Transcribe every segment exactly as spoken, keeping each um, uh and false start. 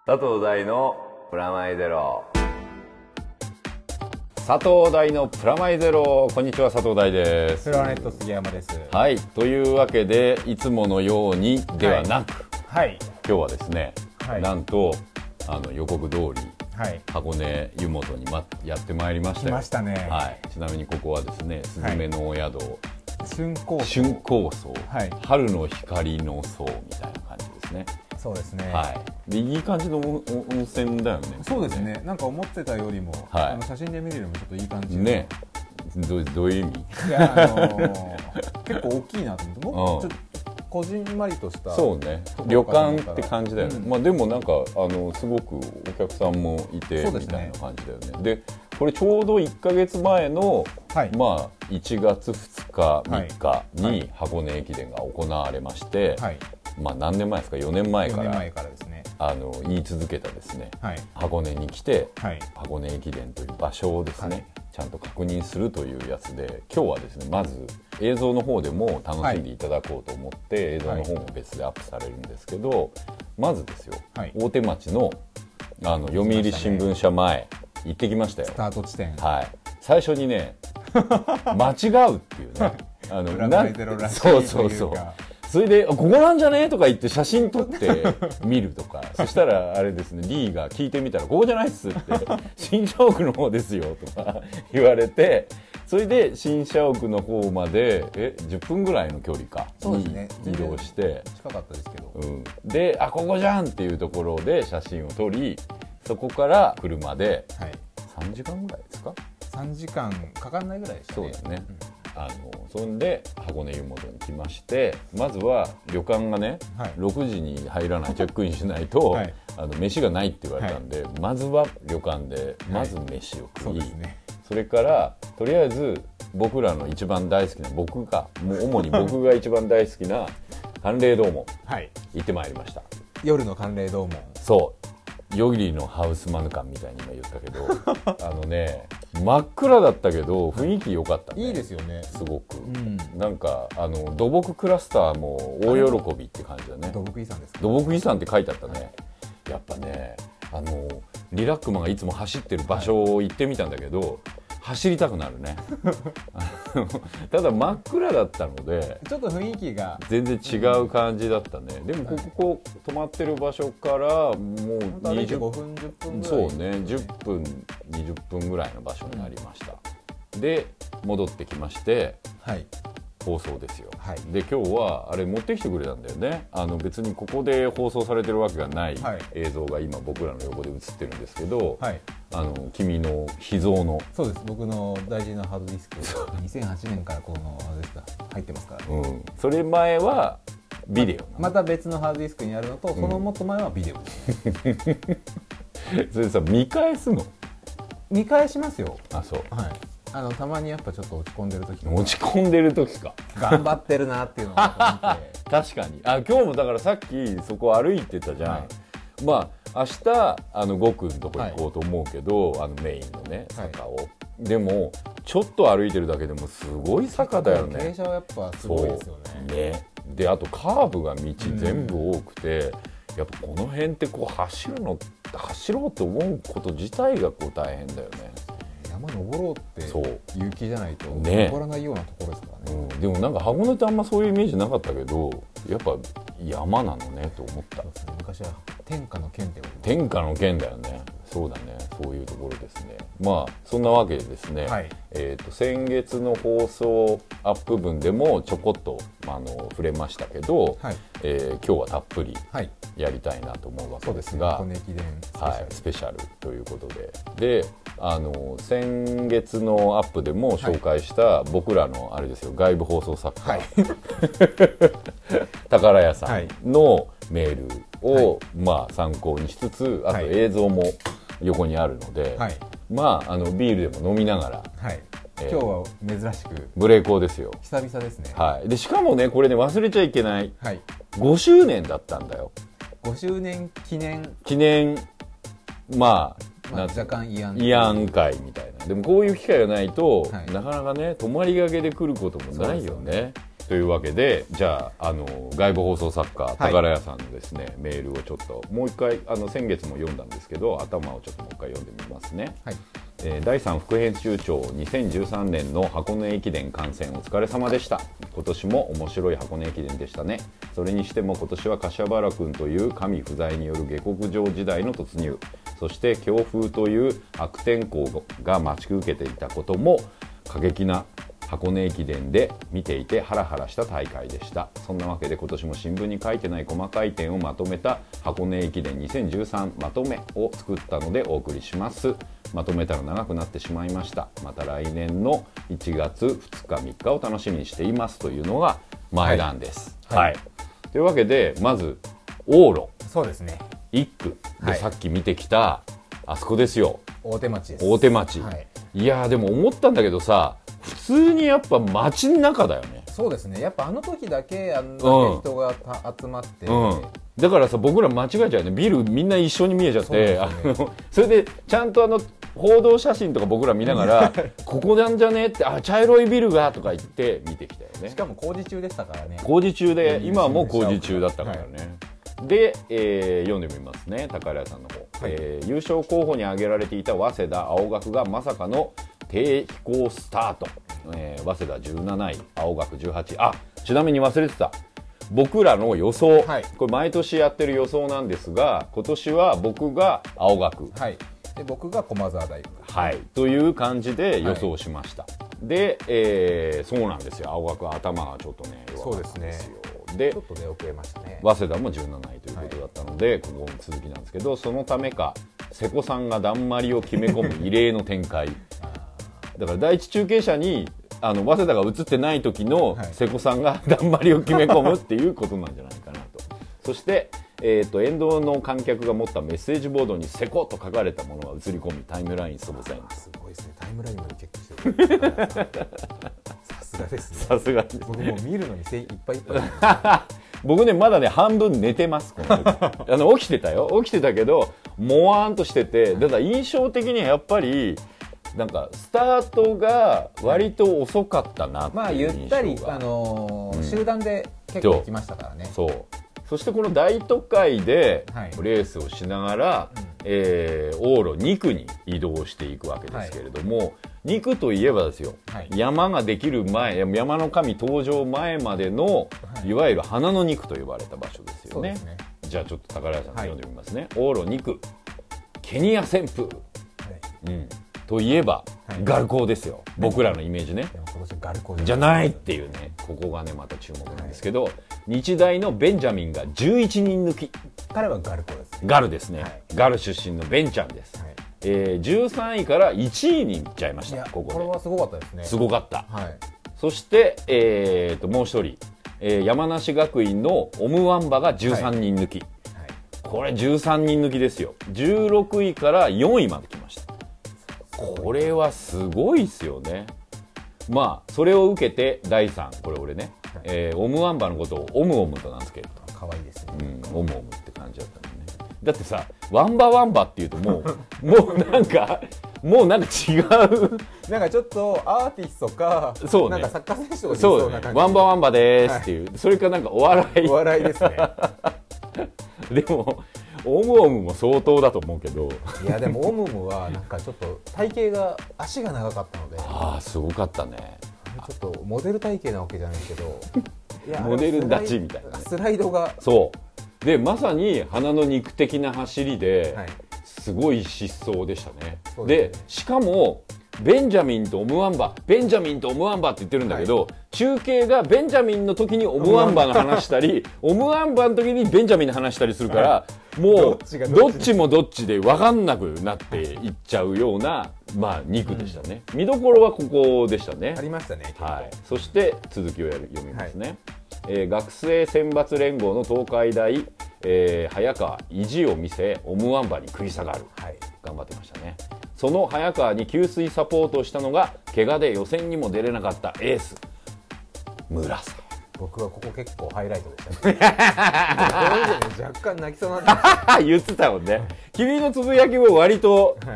佐藤大のプラマイゼロ。佐藤大のプラマイゼロ。こんにちは、佐藤大です。 プラネット杉山です。 はい、というわけでいつものようにではなく、 はい、 今日はですね、はい、なんとあの予告通り、はい、箱根湯本に、ま、やってまいりましたよ。 来ましたね。 はい、ちなみにここはですね、すずめのお宿、はい、 春光荘、 春光荘、はい、春の光の荘みたいな感じですね。 そうですね。 はい。で、いい感じの温泉だよね。 そうですね。なんか思ってたよりも、はい、あの写真で見るよりもちょっといい感じね。どうどういう意味？ いや、あのー、結構大きいなと思って、もうちょっとこじんまりとした。 そうね。旅館って感じだよね。うん、まあでもなんかあのすごくお客さんもいて、ね、みたいな感じだよね。で、これちょうどいっかげつまえの、はい、まあいちがつふつかみっかに箱根駅伝が行われまして。はい、まあ何年前ですか、よねんまえから、よねんまえからですね、あの言い続けたですね、はい、箱根に来て、はい、箱根駅伝という場所をですね、はい、ちゃんと確認するというやつで、今日はですね、まず映像の方でも楽しんでいただこうと思って、はい、映像の方も別でアップされるんですけど、まずですよ、はい、大手町の、あの読売新聞社前行ってきましたよ。 スタート地点、 はい、最初にね間違うっていうねあのなそうそうそう、それでここなんじゃねとか言って写真撮って見るとかそしたらあれですね、 D が聞いてみたらここじゃないっすって新社屋の方ですよとか言われて、それで新社屋の方までえじゅっぷんぐらいの距離かに移動して、 近かったですけど、 うん、であここじゃんっていうところで写真を撮り、そこから車でさんじかんぐらいですか、 さんじかんかかんないぐらいでしたね。 そうだね、うん、あのそんで箱根湯本に来まして、まずは旅館がね、はい、ろくじに入らないチェックインしないと、はい、あの飯がないって言われたんで、はい、まずは旅館でまず飯を食い、はい、 そうですね、それからとりあえず僕らの一番大好きな、僕がもう主に僕が一番大好きな寒冷洞門、はい、行ってまいりました。 夜の寒冷洞門、 そうヨギリのハウスマヌカンみたいに今言ったけどあのね、真っ暗だったけど雰囲気良かったね。 いいですよね、 すごく、うん、なんかあの土木クラスターも大喜びって感じだね。 土木遺産ですか？ 土木遺産って書いてあったね。やっぱね、あのリラックマがいつも走ってる場所を行ってみたんだけど、はい、走りたくなるねただ真っ暗だったのでちょっと雰囲気が全然違う感じだったね、うん、でもここ、こう泊まってる場所からもうにじゅうごふんじゅっぷんぐらい、 そうね、じゅっぷんにじゅっぷんぐらいの場所になりました、うん、で戻ってきまして、はい、放送ですよ、はい、で今日はあれ持ってきてくれたんだよね。あの別にここで放送されてるわけがない映像が今僕らの横で映ってるんですけど、はい、あの君の秘蔵の、 そうです、僕の大事なハードディスクにせんはちねんからこのあれですか入ってますからね、うん、 それ前はビデオ、 ま, また別のハードディスクにあるのと、そのもっと前はビデオです、 うん、それさ見返すの？ 見返しますよ。 あ、そう、 はい、あのたまにやっぱちょっと落ち込んでる時とか、 落ち込んでる時か頑張ってるなっていうのを見て確かに、あ、今日もだからさっきそこ歩いてたじゃん、はい、まあ明日あのごくんとこ行こうと思うけど、はい、あのメインのね坂を、はい、でもちょっと歩いてるだけでもすごい坂だよね。 傾斜はやっぱすごいですよね。 ね、であとカーブが道全部多くて、うん、やっぱこの辺ってこう走るの走ろうと思うこと自体がこう大変だよね。 山登ろうって勇気じゃないとね登らないようなところですからね、 うん、でもなんか箱根ってあんまそういうイメージなかったけど、やっぱ山なのねと思った。 そうですね、昔は天下の県ってこと、 天下の県だよね。そうだね、そういうところですね。まあそんなわけでですね、はい、えーと先月の放送アップ分でもちょこっとあの触れましたけど、はい、えー、今日はたっぷりやりたいなと思うわけですが、 そうですね、箱根駅伝スペシャル、 はい、スペシャルということで、であの先月のアップでも紹介した僕らのあれですよ、外部放送作家、はい、宝屋さんのメールを、はい、まあ、参考にしつつ、あと映像も横にあるので、はい、まあ、あのビールでも飲みながら、はい、 えー、今日は珍しくブレイコーですよ。 久々ですね、 はい、でしかもねこれね忘れちゃいけない、はい、ごしゅうねんだったんだよ。 ごしゅうねん記念記念、まあまあ、若干慰安慰安会みたいな。でもこういう機会がないと、はい、なかなかね泊まりがけで来ることもないよね。 というわけで、じゃあ、あの外部放送作家、 はい、 宝屋さんのですね、メールをちょっともう一回、あの先月も読んだんですけど、頭をちょっともう一回読んでみますね。はい、えー、だいさん副編集長、にせんじゅうさんねんの箱根駅伝観戦お疲れ様でした。今年も面白い箱根駅伝でしたね。それにしても今年は柏原君という神不在による下克上時代の突入、そして強風という悪天候が待ち受けていたことも過激な箱根駅伝で見ていてハラハラした大会でした。そんなわけで今年も新聞に書いてない細かい点をまとめた箱根駅伝にせんじゅうさんまとめを作ったのでお送りします。まとめたら長くなってしまいました。また来年のいちがつふつかみっかを楽しみにしていますというのが前段です。はいはいはい、というわけでまず往路、 そうですね、 いっくでさっき見てきた、はい、あそこですよ、 大手町です。 大手町、はい、いやーでも思ったんだけどさ、普通にやっぱ街の中だよね。 そうですね、やっぱあの時だけあんだけ人が集まって、 うんうん、だからさ僕ら間違えちゃうよね。ビルみんな一緒に見えちゃって、 そ, ね、あのそれでちゃんとあの報道写真とか僕ら見ながらここなんじゃねって、あ茶色いビルがとか言って見てきたよね。 しかも工事中でしたからね。 工事中で、今も工事中だったからね。はい、で、えー、読んでみますね、宝屋さんの方、はい、えー、優勝候補に挙げられていた早稲田青学がまさかの低飛行スタート、えー、早稲田じゅうなない、青学じゅうはちい。あ、ちなみに忘れてた、僕らの予想、はい、これ毎年やってる予想なんですが、今年は僕が青学、 はい、で僕が駒澤大学、 はい、という感じで予想しました。はい、で、えー、そうなんですよ、青学は頭がちょっとね弱かったんですよ。でちょっと出遅れましたね。 早稲田もじゅうなないということだったので、はい、ここの続きなんですけど、そのためか瀬古さんがだんまりを決め込む異例の展開だから第一中継車にあの早稲田が映ってない時の瀬古さんがだんまりを決め込むっていうことなんじゃないかなと。そして、えー、と沿道の観客が持ったメッセージボードに瀬古と書かれたものが映り込み、タイムラインそぼせん。 すごいですね、タイムラインまでチェックしてるさすがですね。 さすがですね。 僕もう見るのにいっぱいいっぱい僕ねまだね半分寝てます。この時あの起きてたよ、起きてたけどもわーんとしてて、だから印象的にはやっぱりなんかスタートが割と遅かったなっていう印象が、まあゆったり、あのーうん、集団で結構行きましたからね。そう、そしてこの大都会でレースをしながら、はい、えー、往路にくに移動していくわけですけれども、はい、にくといえばですよ、はい、山ができる前、山の神登場前までの、はい、いわゆる花のにくと呼ばれた場所ですよね。そうですね。じゃあちょっと宝屋さん読んでみますね。はい、往路にく、ケニア旋風、はい、うん、といえば、はい、ガルコーですよ、僕らのイメージね。でも今年ガルコーじゃないっていうね、ここがねまた注目なんですけど、はい、日大のベンジャミンがじゅういちにん抜き。 彼はガルコーです、ね、 ガルですね、はい、ガル出身のベンちゃんです。はい、えー、じゅうさんいからいちいに行っちゃいました。ここでこれはすごかったですね。 すごかった、はい、そして、えー、ともう一人、えー、山梨学院のオムワンバがじゅうさんにん抜き、はいはい、これじゅうさんにん抜きですよ。じゅうろくいからよんいまで来ました。これはすごいですよね。まあそれを受けてだいさん、これ俺ね、はい、えー、オムワンバのことをオムオムと名付けると。 可愛いですね、 うん、オムオムって感じだったのね。だってさ、ワンバワンバっていうともうもうなんかもうなんか違うなんかちょっとアーティストか、そう、ね、なんかサッカー選手とかでそうな感じ、ね、ワンバワンバですっていう、はい、それかなんかお笑いお笑いですねでもオムオムも相当だと思うけどいやでもオムオムはなんかちょっと体型が足が長かったので、 ああすごかったね。 ちょっとモデル体型なわけじゃないけどいやモデル立ちみたいな、ね、 スライドがそうでまさに花の肉的な走りで、はい、すごい疾走でしたね。で、ね、しかもベンジャミンとオムワンバ、ベンジャミンとオムワンバって言ってるんだけど、はい、中継がベンジャミンの時にオムワンバの話したりオムワンバの時にベンジャミンの話したりするから、はい、もうどっちがどっちもどっちで分かんなくなっていっちゃうような、まあ、肉でしたね、うん、見どころはここでしたね。 ありましたね、 はい、そして続きをやる読みますね。はい、えー、学生選抜連合の東海大、えー、早川意地を見せオムワンバに食い下がる、はい、頑張ってましたね。その早川に給水サポートをしたのが怪我で予選にも出れなかったエース村瀬。 僕はここ結構ハイライトでしたね若干泣きそうになってました言ってたもんね君のつぶやきも割と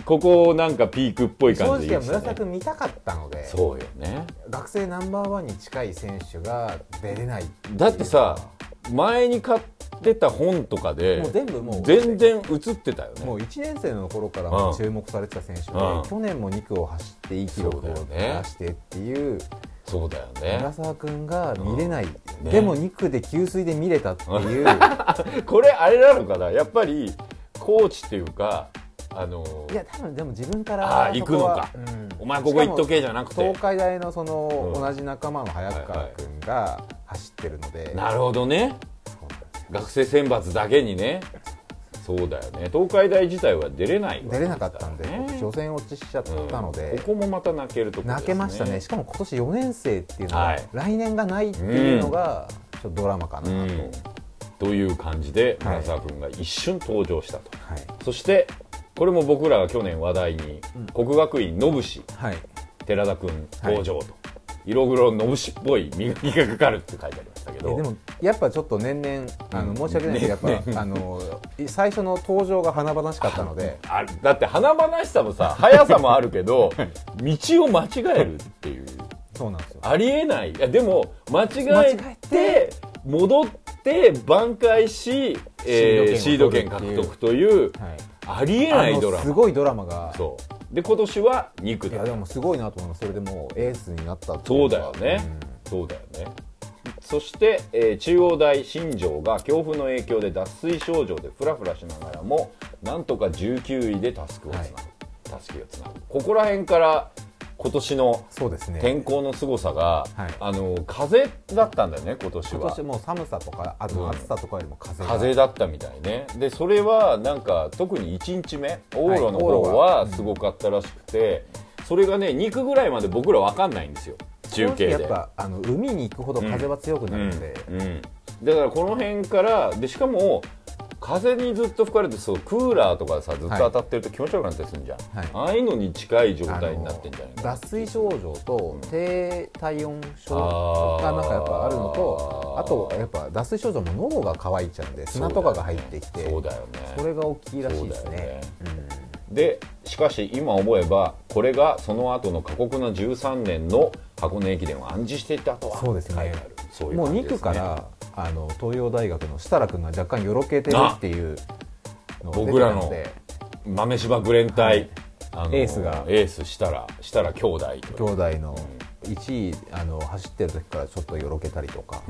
ここなんかピークっぽい感じで、 正直村沢君見たかったので、 そうよね、 学生ナンバーワンに近い選手が出れない。 だってさ、前に買ってた本とかでもう全部もう全然映ってたよね。 もういちねん生の頃からも注目されてた選手で、うん、去年もに区を走っていい記録を出してっていう、 そうだよね、 村沢君が見れない、うんね、でもに区で給水で見れたっていうこれあれなのかな、やっぱりコーチっていうか、あのー、 いや多分でも自分からあ行くのか、うん、お前ここ行っとけじゃなくて、 東海大のその、うん、同じ仲間の早川君が走ってるので、 はいはい、なるほどね、学生選抜だけにね、そうだよね、東海大自体は出れない、 ね、出れなかったんで、初戦落ちしちゃったので、 うん、ここもまた泣けるところですね。 泣けましたね。しかも今年よねん生っていうのは、はい、来年がないっていうのがちょっとドラマかなと、うん、 という感じで村沢君が一瞬登場したと、はい、そしてこれも僕らが去年話題に、うん、国学院野伏、はい、寺田君登場と、はい、色黒野伏っぽい磨きがかかるって書いてありましたけど、 でもやっぱちょっと年々あの申し訳ないけど、うん、やっぱ、ね、あの最初の登場が華々しかったのであだって華々しさもさ速さもあるけど道を間違えるっていう、 そうなんですよ、 ありえない。いやでも間違えて戻って挽回し、えー、シード権獲得という、はい、ありえないドラマ、 すごいドラマが、 そうで今年はに区だ。 いやでもすごいなと思います。それでもうエースになったっていう。 そうだよね、うん、そうだよね。そして、えー、中央大新庄が強風の影響で脱水症状でフラフラしながらもなんとかじゅうきゅういでタスクをつなぐ、はい、タスキをつなぐ。ここら辺から今年の天候の凄さが、ね、はい、あの風だったんだよね今年は。 今年もう寒さとかあと暑さとかよりも風が、 うん、風だったみたいね。でそれはなんか特にいちにちめ往路の方はすごかったらしくて、うん、それがねに区ぐらいまで僕ら分かんないんですよ中継で。 やっぱあの海に行くほど風は強くなるので、 うんうんうん、だからこの辺からでしかも風にずっと吹かれてそうクーラーとかさずっと当たってると気持ち悪くなったりするんじゃん、はい、ああいうのに近い状態になってんじゃないかな。 脱水症状と低体温症がなんかやっぱあるのと、あとやっぱ脱水症状も喉が渇いちゃうんで砂とかが入ってきて、 そうだよね、 それが大きいらしいですね。 でしかし今思えばこれがその後の過酷なじゅうさんねんの箱根駅伝を暗示していたとはそうですね。 そういうもうに区からあの東洋大学の設楽君が若干よろけてるっていうのが出てたので、僕らの豆柴グレン隊、はい、 あのエースがエース設楽設楽兄弟兄弟のいちいあの走ってる時からちょっとよろけたりとか、 うん、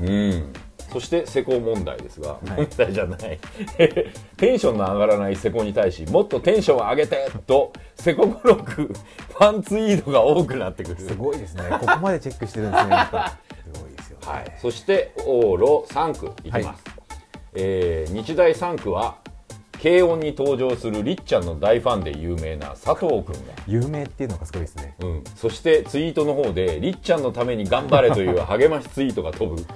そして施工問題ですが、はい、問題じゃないテンションの上がらない施工に対しもっとテンションを上げてと施工語録ファンツイードが多くなってくる。 すごいですね。ここまでチェックしてるんですね。すごいですよね。 はい、そして往路さん区いきます、はい、えー、日大さん区は軽音に登場するりっちゃんの大ファンで有名な佐藤君が有名っていうのがすごいですね、 うん、そしてツイートの方でりっちゃんのために頑張れという励ましツイートが飛ぶ、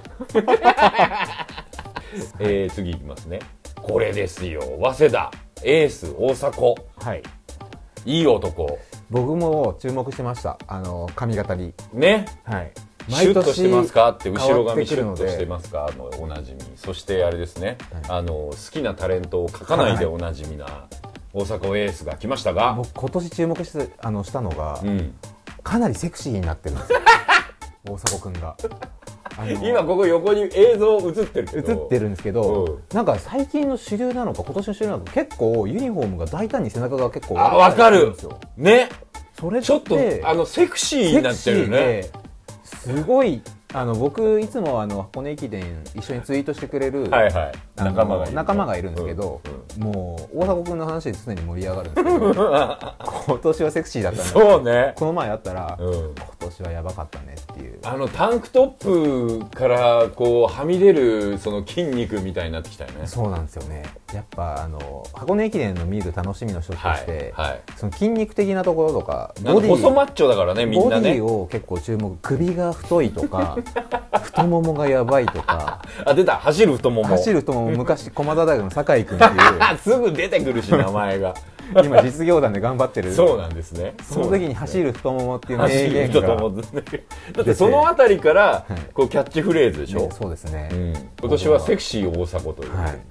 えー、次いきますね。これですよ、早稲田エース大迫、はい、いい男。 僕も注目してました。あの髪型にね、はい、シュッとしてますかって後ろ髪シュッとしてますかのおなじみ。そしてあれですね、はい、あの好きなタレントを書かないでおなじみな大迫エースが来ましたが、 僕今年注目してあのしたのが、うん、かなりセクシーになってるんですよ大迫君が。 今ここ横に映像映ってるけど映ってるんですけど、うん、なんか最近の主流なのか今年の主流なのか結構ユニフォームが大胆に背中が結構分かるんですよね。 それってちょっとあのセクシーになってるね。 すごい。あの僕いつもあの箱根駅伝一緒にツイートしてくれる、はいはい、仲間がいる仲間がいるんですけど、うんうん、もう大迫君の話で常に盛り上がるんですけど今年はセクシーだったね。 そうね。 この前あったら、うん、今年はやばかったねっていう。 あのタンクトップからこうはみ出るその筋肉みたいになってきたよね。 そうなんですよね。やっぱあの箱根駅伝の見る楽しみの一つとして、はいはい、その筋肉的なところとかボディ細マッチョだからねみんなね。 ボディを結構注目。首が太いとか太ももがやばいとかあ出た走る太もも走る太もも昔駒澤大学の酒井君っていうすぐ出てくるし名前が今実業団で頑張ってる。 そうなんですね。 その時に走る太ももっていう名言がだってそのあたりからこうキャッチフレーズでしょ、 ね、そうですね、 うん、今年はセクシー大迫という、はい、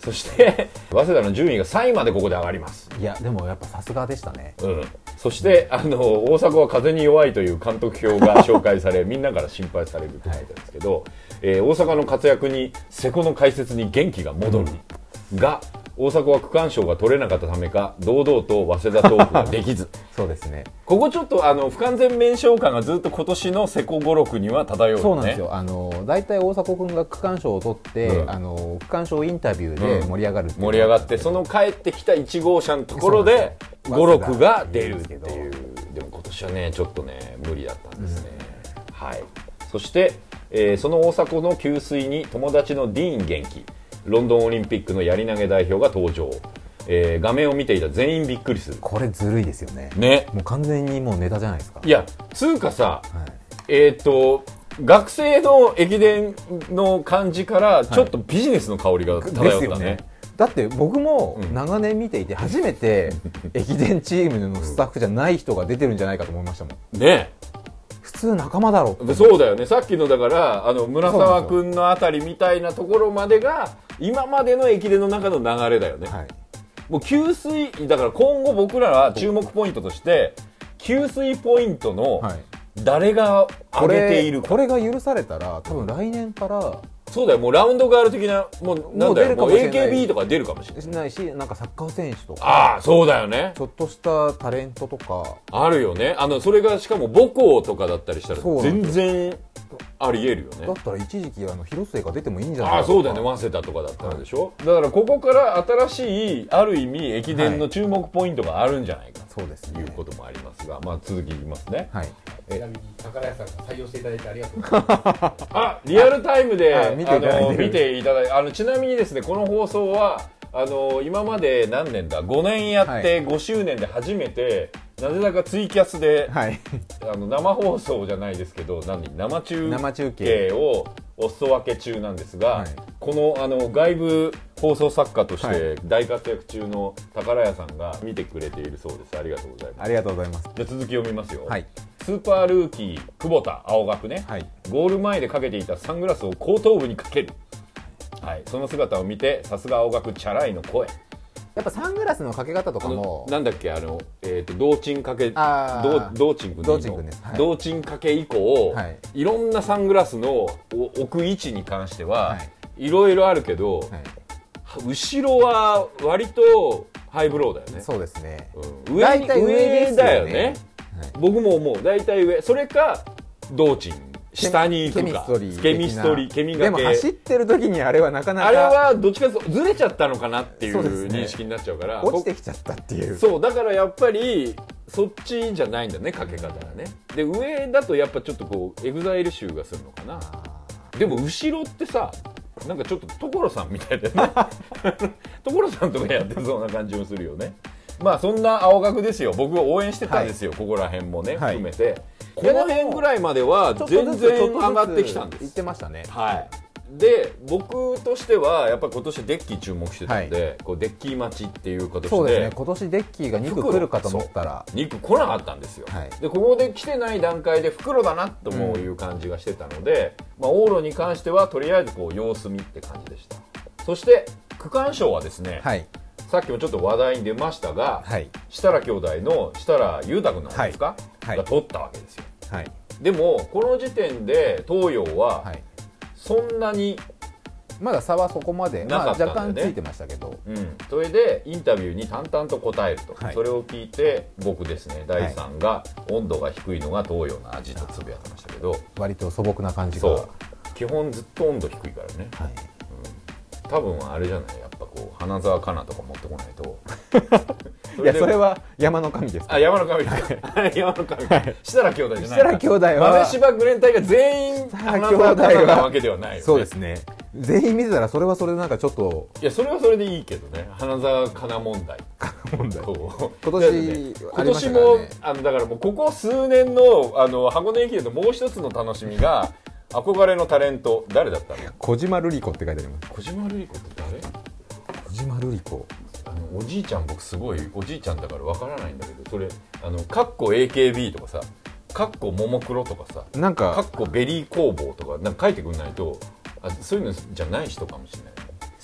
そして早稲田の順位がさいまでここで上がります。 いやでもやっぱさすがでしたね。 うん。そしてあの大迫は風に弱いという監督表が紹介されみんなから心配されるって書いてあるんですけど、はい、えー、大阪の活躍に瀬古の解説に元気が戻る、うん、が大迫は区間賞が取れなかったためか堂々と早稲田トークができずそうですね、 ここちょっとあの不完全燃焼感がずっと今年の瀬古語録には漂うよね。 そうなんですよ。あの大体大迫君が区間賞を取って、うん、あの区間賞インタビューで盛り上がるっていう、 うん、盛り上がってその帰ってきたいち号車のところで語録が出るっていう。でも今年はねちょっとね無理だったんですね、うん、はい。そして、えー、その大迫の給水に友達のディーン元気、ロンドンオリンピックのやり投げ代表が登場、えー、画面を見ていた全員びっくりする。 これずるいですよね。 ね、 もう完全にもうネタじゃないですか。 いやつうかさ、はい、えっ、ー、と学生の駅伝の感じからちょっとビジネスの香りが漂ったね、はい、ですよね。 だって僕も長年見ていて初めて駅伝チームのスタッフじゃない人が出てるんじゃないかと思いましたもんね。普通仲間だろう。 そうだよね。さっきのだからあの村沢君のあたりみたいなところまでが今までの駅伝の中の流れだよね、はい、もう給水だから今後僕らは注目ポイントとして給水ポイントの誰が上げているか、 これ、これが許されたら多分来年からそうだよ、もうラウンドガール的なもうなんだよ、もう エーケービー とか出るかもしれないし、なんかサッカー選手とか、 ああそうだよね、 ちょっとしたタレントとかあるよね。あのそれがしかも母校とかだったりしたら全然ありえるよね。 だったら一時期あの広末が出てもいいんじゃないか。 ああそうだよね、早稲田とかだったらでしょ、はい、だからここから新しいある意味駅伝の注目ポイントがあるんじゃないか、はい、そうですね、いうこともありますが、まあ続きいきますね。はい。ちなみに宝屋さんが採用していただいてありがとうございますあ、リアルタイムで見ていただいて、見ていただいて、あのちなみにですね、この放送はあの今まで何年だごねんやってごしゅうねんで初めて、はい、なぜだかツイキャスで、はい、あの生放送じゃないですけど何生中継をお裾分け中なんですが、はい、この、あの外部放送作家として大活躍中の宝屋さんが見てくれているそうです。ありがとうございます。 ありがとうございます。 じゃ続き読みますよ、はい。スーパールーキー久保田青学ね、はい、ゴール前でかけていたサングラスを後頭部にかける、はい、その姿を見てさすが青学チャラいの声。 やっぱサングラスのかけ方とかもなんだっけ、あの、えー、と同鎮かけ同鎮君同鎮君です、 はい、同鎮かけ以降、はい、いろんなサングラスの置く位置に関しては、はい、いろいろあるけど、はい、後ろは割とハイブローだよね。 そうですね、 うん、上に上だよね、はい、僕も思う。大体上、それか同鎮下に行くか、ケミストリー、ケミがけ。 でも走ってる時にあれはなかなかあれはどっちかというとずれちゃったのかなっていう認識になっちゃうから、 落ちてきちゃったっていう。 そうだからやっぱりそっちじゃないんだね、かけ方がね。で上だとやっぱちょっとこうエグザイル臭がするのかな。でも後ろってさ、なんかちょっと所さんみたいだよね所さんとかやってそうな感じもするよね。まあそんな青学ですよ。僕応援してたんですよ、はい、ここら辺もね、はい、含めてこの辺ぐらいまでは全然上がってきたんです。 言ってましたね。 はい。で僕としてはやっぱり今年デッキー注目してたんで、はい、こうデッキー待ちっていう形で、 そうですね、今年デッキーがにく来るかと思ったらにく来なかったんですよ、はい、でここで来てない段階で袋だなともいう感じがしてたので、うん、まあ、往路に関してはとりあえずこう様子見って感じでした。そして区間賞はですね、はい、さっきもちょっと話題に出ましたが、はい、設楽兄弟の設楽裕太君なんですか、はい、が取ったわけですよ、はい、でもこの時点で東洋は、はい、そんなにまだ差はそこまでなかったんだよね、まあ、若干ついてましたけど、 うん、それでインタビューに淡々と答えると、はい、それを聞いて僕ですねだいさんが温度が低いのが東洋の味とつぶやいてましたけど、 割と素朴な感じが。 そう基本ずっと温度低いからね、はい、うん、多分あれじゃない、やっぱこう花澤香菜とか持ってこないといやそれは山の神ですか。 あ、山の神ですか山の神、はい、設楽兄弟じゃない。 設楽兄弟は豆柴グレン隊が全員花澤香菜なわけではないよね。 そうですね、全員見てたらそれはそれでなんかちょっと、 いやそれはそれでいいけどね、花澤香菜問題問題今年、ね、 今年もあのだからもうここ数年のあの箱根駅伝のもう一つの楽しみが憧れのタレント誰だったの。 小島瑠璃子って書いてあります。 小島瑠璃子って誰。 小島瑠璃子、 あのおじいちゃん、僕すごいおじいちゃんだからわからないんだけど、それあのカッコ エーケービー とかさ、カッコももクロとかさ、なんかカッコベリー工房とかなんか書いてくんないと、あそういうのじゃない人かもしれない。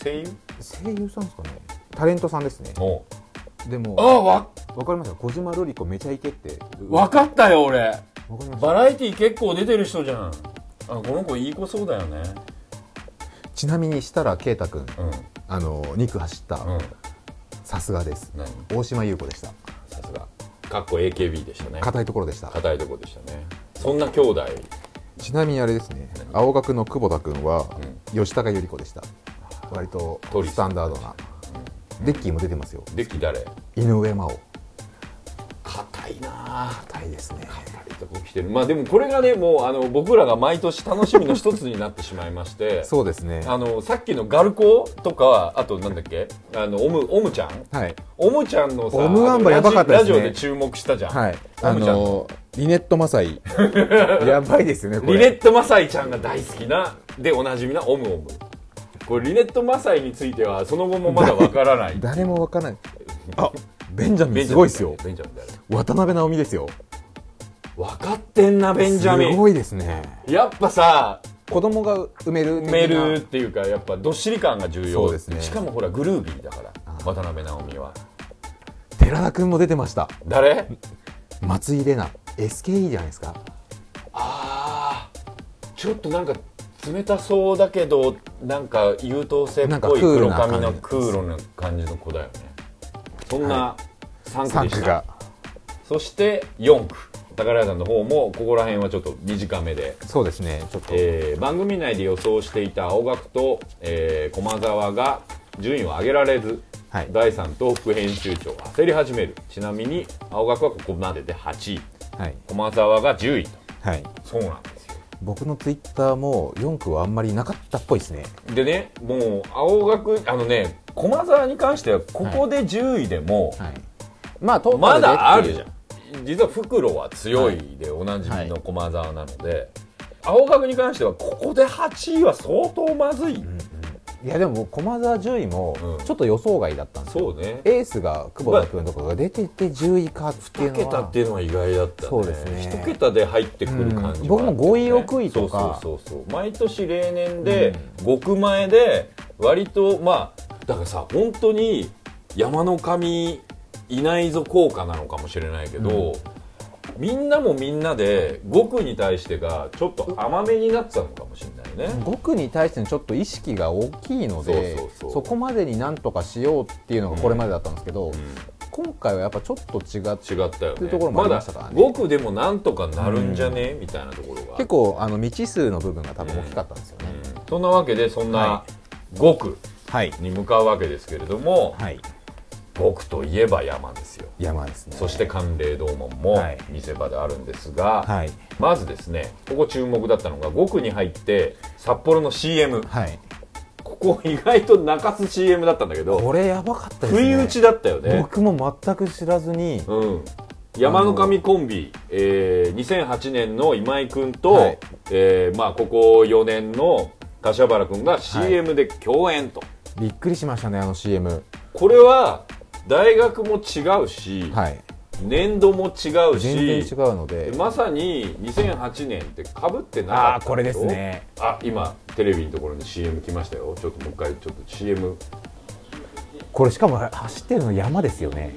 声優声優さんですかね、タレントさんですね。でもあわ分かりました。小島瑠璃子めちゃイケって分かったよ俺。バラエティ結構出てる人じゃん。あ、この子いい子そうだよね。 ちなみに設楽啓太君、うん、あの肉走った、うん、さすがです。大島優子でした。 さすがかっこ エーケービー でしたね。 硬いところでした。 硬いところでしたね。そんな兄弟。 ちなみにあれですね、青学の久保田君は、うん、吉高由里子でした。割とスタンダードな、うん、デッキーも出てますよ。 デッキー誰？ 井上真央。 硬いな。 硬いですね。 硬いとこ来てる。まあでもこれがね、もうあの僕らが毎年楽しみの一つになってしまいましてそうですね。 あのさっきのガルコとか、あとなんだっけ、あのオムオムちゃん、はい、オムちゃんのさ、 オムワンバやばかったですね。 ラジオで注目したじゃん。はい、 あのリネットマサイやばいですよねこれ。 リネットマサイちゃんが大好きなでおなじみなオムオム。これリネットマサイについてはその後もまだわからない。 誰もわからない。あ、ベンジャミンすごいですよ。ベンジャミン誰？渡辺直美ですよ。 分かってんなベンジャミン。 すごいですね。 やっぱさ、 子供が埋める埋めるっていうか、やっぱどっしり感が重要。そうですね。しかもほらグルービーだから渡辺直美は。 寺田君も出てました。 誰？ 松井玲奈 エスケーイー じゃないですか。 ああ、ちょっとなんか冷たそうだけどなんか優等生っぽい黒髪のクールな感じの子だよね。そんなさんくでした。そしてよんく宝屋さんの方もここら辺はちょっと短めで。 そうですね。ちょっと、 えー、番組内で予想していた青学と、えー、駒沢が順位を上げられず、はい、だいさんと副編集長が焦り始める。ちなみに青学はここまでではちい、はい、駒沢がじゅういと、はい、そうなんですよ。 僕のツイッターもよんくはあんまりなかったっぽいですね。 でね、もう青学あのね、駒沢に関してはここでじゅういでも、はいはい、まあ、まだあるじゃん。実は袋は強いでおなじみの駒沢なので、はいはい、青学に関してはここではちいは相当まずい、うんうん、 いやでも駒沢じゅういもちょっと予想外だったんですよ、うん、そうね、エースが久保田君とかが出ててじゅういかっていうのはに桁っていうのは意外だったね。 そうですね、 いち桁で入ってくる感じは、ね、うん、 僕もごいろくいとか、 そうそうそうそう、毎年例年でごく前で割と、まあだからさ、本当に山の神いないぞ効果なのかもしれないけど、うん、みんなもみんなでごくに対してがちょっと甘めになってたのかもしれないね。 ごくに対してのちょっと意識が大きいので、そうそうそう、そこまでになんとかしようっていうのがこれまでだったんですけど、うんうん、今回はやっぱちょっと違った違ったよね。というところもありましたからね。 まだごくでもなんとかなるんじゃね、うん、みたいなところが結構あの未知数の部分が多分大きかったんですよね、 うんうん、そんなわけでそんなごくに向かうわけですけれども、はい、ごくといえば山ですよ。 山ですね。 そして寒冷洞門も見せ場であるんですが、はい、まずですね、ここ注目だったのがごくに入って札幌の シーエム、はい、ここ意外と泣かす シーエム だったんだけど、 これやばかったですね。 不意打ちだったよね。 僕も全く知らずに、 うん、山の神コンビ、えー、にせんはちねんの今井君と、はい、えーまあ、ここよねんの柏原君が シーエム で共演と、はい、 びっくりしましたね、あの シーエム。 これは大学も違うし、はい、年度も違うし、 全然違うので、 まさににせんはちねんってかぶってなかった。 あ、これですね。 あ、今テレビのところに シーエム 来ましたよ。ちょっともう一回ちょっと シーエム。 これしかも走ってるの山ですよね。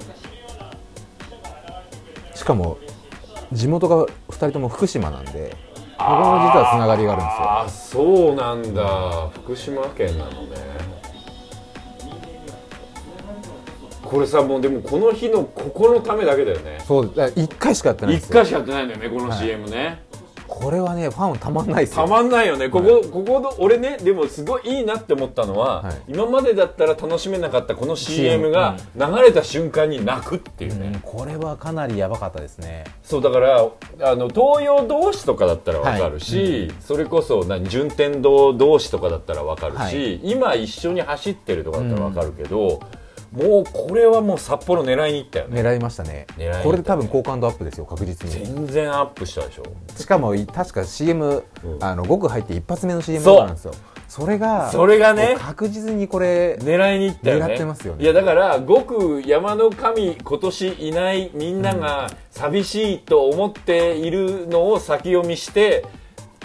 しかも地元がふたりとも福島なんで、ここも実はつながりがあるんですよ。 あ、そうなんだ。福島県なのね。これさ、もうでもこの日のここのためだけだよね。 そう、だいっかいしかやってないんですよ。 いっかいしかやってないんだよね、この シーエム ね、はい、 これはね、ファンたまんないですよ。 たまんないよね。ここ、はい、ここの俺ね、でもすごいいいなって思ったのは、はい、今までだったら楽しめなかったこの シーエム が流れた瞬間に泣くっていうね、うん、 これはかなりやばかったですね。 そうだから、あの東洋同士とかだったらわかるし、はい、うん、それこそ何順天堂同士とかだったらわかるし、はい、今一緒に走ってるとかだったらわかるけど、うん、もうこれはもう札幌狙いに行ったよね。 狙いましたね。狙いに行ったね。これで多分好感度アップですよ、確実に。 全然アップしたでしょ。 しかも確か シーエム、うん、あのごく入って一発目の シーエム なんですよ。それがそれがね、 確実にこれ狙いに行ったよね。 狙ってますよね。 いやだからごく山の神今年いないみんなが寂しいと思っているのを先読みして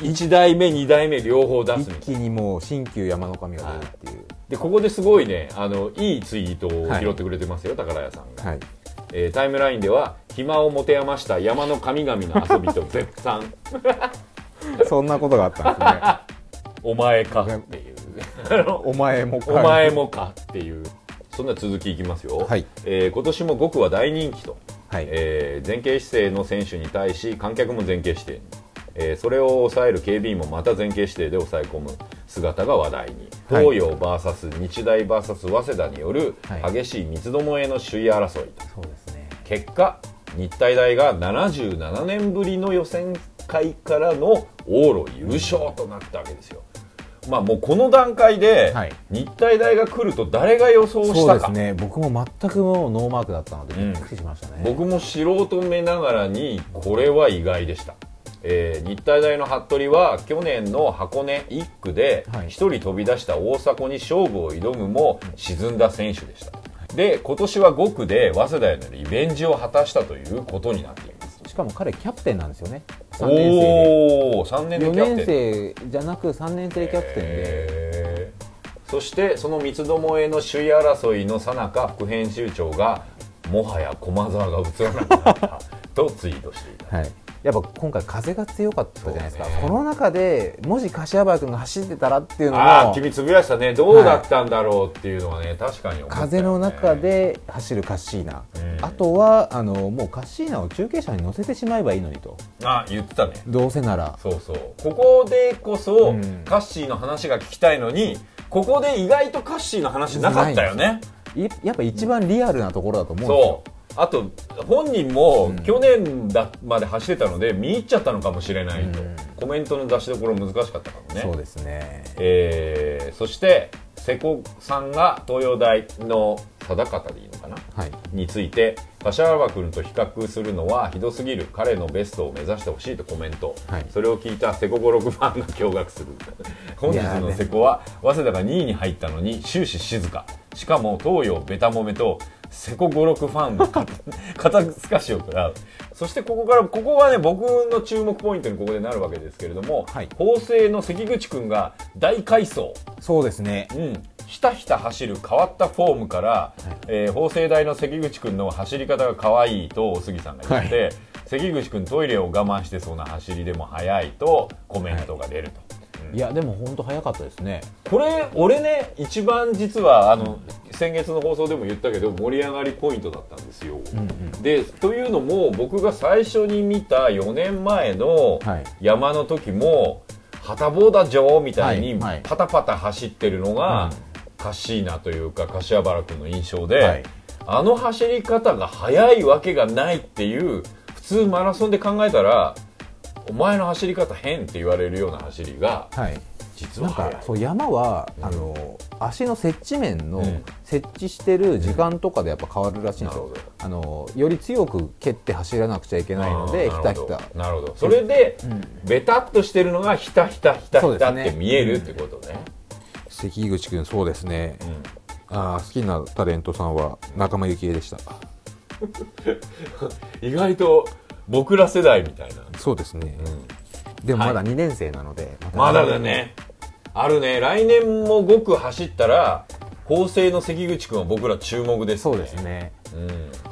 いちだいめにだいめ両方出すみたいな。 一気にもう新旧山の神が出るっていう、はい、 でここですごいね、あのいいツイートを拾ってくれてますよ、はい、宝屋さんが、はい、えー、タイムラインでは暇を持て余した山の神々の遊びと絶賛そんなことがあったんですねお前かっていうお前もかお前もかっていう。そんな続きいきますよ、はい、えー、今年もごくは大人気と、はい、えー、前傾姿勢の選手に対し観客も前傾姿勢に、えー、それを抑える警備員もまた前傾姿勢で抑え込む姿が話題に、はい、東洋 ブイエス 日大 ブイエス 早稲田による激しい三つどもえの首位争い、はい、そうですね、結果日体大がななじゅうななねんぶりの予選会からの往路優勝となったわけですよ。まあ、もうこの段階で日体大が来ると誰が予想したか、 そうですね、僕も全くもうノーマークだったのでびっくりしましたね、 うん、僕も素人目ながらにこれは意外でした。えー、日体大の服部は去年の箱根いっ区でひとり飛び出した大迫に勝負を挑むも沈んだ選手でした。で今年はご区で早稲田へのリベンジを果たしたということになっています。 しかも彼キャプテンなんですよね。さんねん生でおさんねんでキャプテン、 よねん生じゃなくさんねん生キャプテンで、 そしてその三つどもえの首位争いの最中、副編集長がもはや駒澤が映らなくなったとツイートしていた、はい、 やっぱ今回風が強かったじゃないですか。この中でもし柏原君が走ってたらっていうのも、 ああ君つぶやしたね、どうだったんだろうっていうのはね、はい、確かに思ったよね。 風の中で走るカッシーナ、うん、あとはあのもうカッシーナを中継車に乗せてしまえばいいのにと。 あ言ってたね、 どうせなら。 そうそう、ここでこそ、うん、カッシーの話が聞きたいのに、ここで意外とカッシーの話なかったよね。 やっぱ一番リアルなところだと思うんですよ。 そう、あと本人も去年だまで走ってたので見入っちゃったのかもしれないと、うん、コメントの出しどころ難しかったかもね。 そうですね、 えー、そして瀬古さんが東洋大の定方でいいのかな、はい、について柏原君と比較するのはひどすぎる、彼のベストを目指してほしいとコメント、はい、それを聞いた瀬古語録ファンが驚愕する本日の瀬古は早稲田がにいに入ったのに終始静か、しかも東洋ベタもめと瀬古語録ファンの肩透かしを食らう。そしてここからここがね、僕の注目ポイントにここでなるわけですけれども、はい、法政の関口君が大改装。 そうですね、 うん、ひたひた走る変わったフォームから、はい、えー、法政大の関口君の走り方が可愛いと杉さんが言って、はい、関口君トイレを我慢してそうな走りでも速いとコメントが出ると、 はい、うん、いやでも本当速かったですね。 これ俺ね、一番実はあの、うん、先月の放送でも言ったけど盛り上がりポイントだったんですよ、うんうん、でというのも僕が最初に見たよねんまえの山の時も、はたぼうだじょーみたいにパタパタ走ってるのが、はいはい、カッシーナというか柏原君の印象で、はい、あの走り方が速いわけがないっていう、普通マラソンで考えたらお前の走り方変って言われるような走りが、はい、実は速い。 なんかそう山は、うん、あの足の接地面の、うん、接地してる時間とかでやっぱ変わるらしいんですよ、うん、あのより強く蹴って走らなくちゃいけないので、ひたひた。 なるほど、それで、うん、ベタっとしてるのがひたひたひたひたって見えるってことね。 関口君、そうですね、うん、あ好きなタレントさんは仲間由紀恵でした意外と僕ら世代みたいな。 そうですね、うん、でもまだにねん生なので、はい、 まだだね、あるね。来年もごく走ったら法政の関口君は僕ら注目ですね。 そうですね、うん、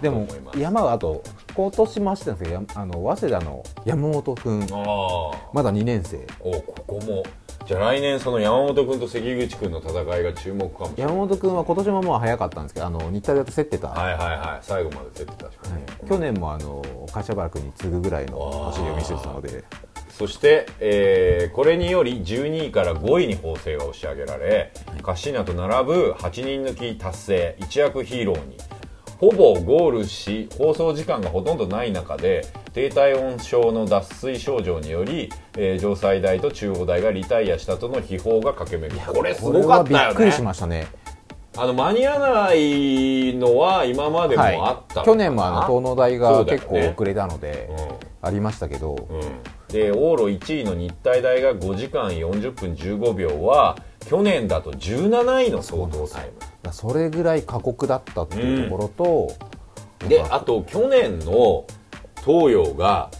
でも山はあと今年も走ってたんですけど、あの早稲田の山本君、あまだにねん生。 おここもじゃあ来年その山本君と関口君の戦いが注目かもしれない。 山本君は今年ももう早かったんですけど、あの日体大と競ってた、 はいはいはい、最後まで競ってた、はいうん、去年もあの柏原君に次ぐぐらいの走りを見せてたので。 そして、えー、これによりじゅうにいからごいに法政が押し上げられ、カッシーナと並ぶはちにん抜き達成、一躍ヒーローに。ほぼゴールし放送時間がほとんどない中で低体温症の脱水症状により、えー、城西大と中央大がリタイアしたとの秘宝が駆け巡る。これすごかったよね。 びっくりしましたね。 あの間に合わないのは今までもあった、 はい、去年もあの東農大が結構遅れたので、ねうん、ありましたけど、うん、 で往路いちいの日体大がごじかんよんじゅっぷんじゅうごびょうは去年だとじゅうなないの相当タイム。 それぐらい過酷だったっていうところと、 うん、であと去年の東洋が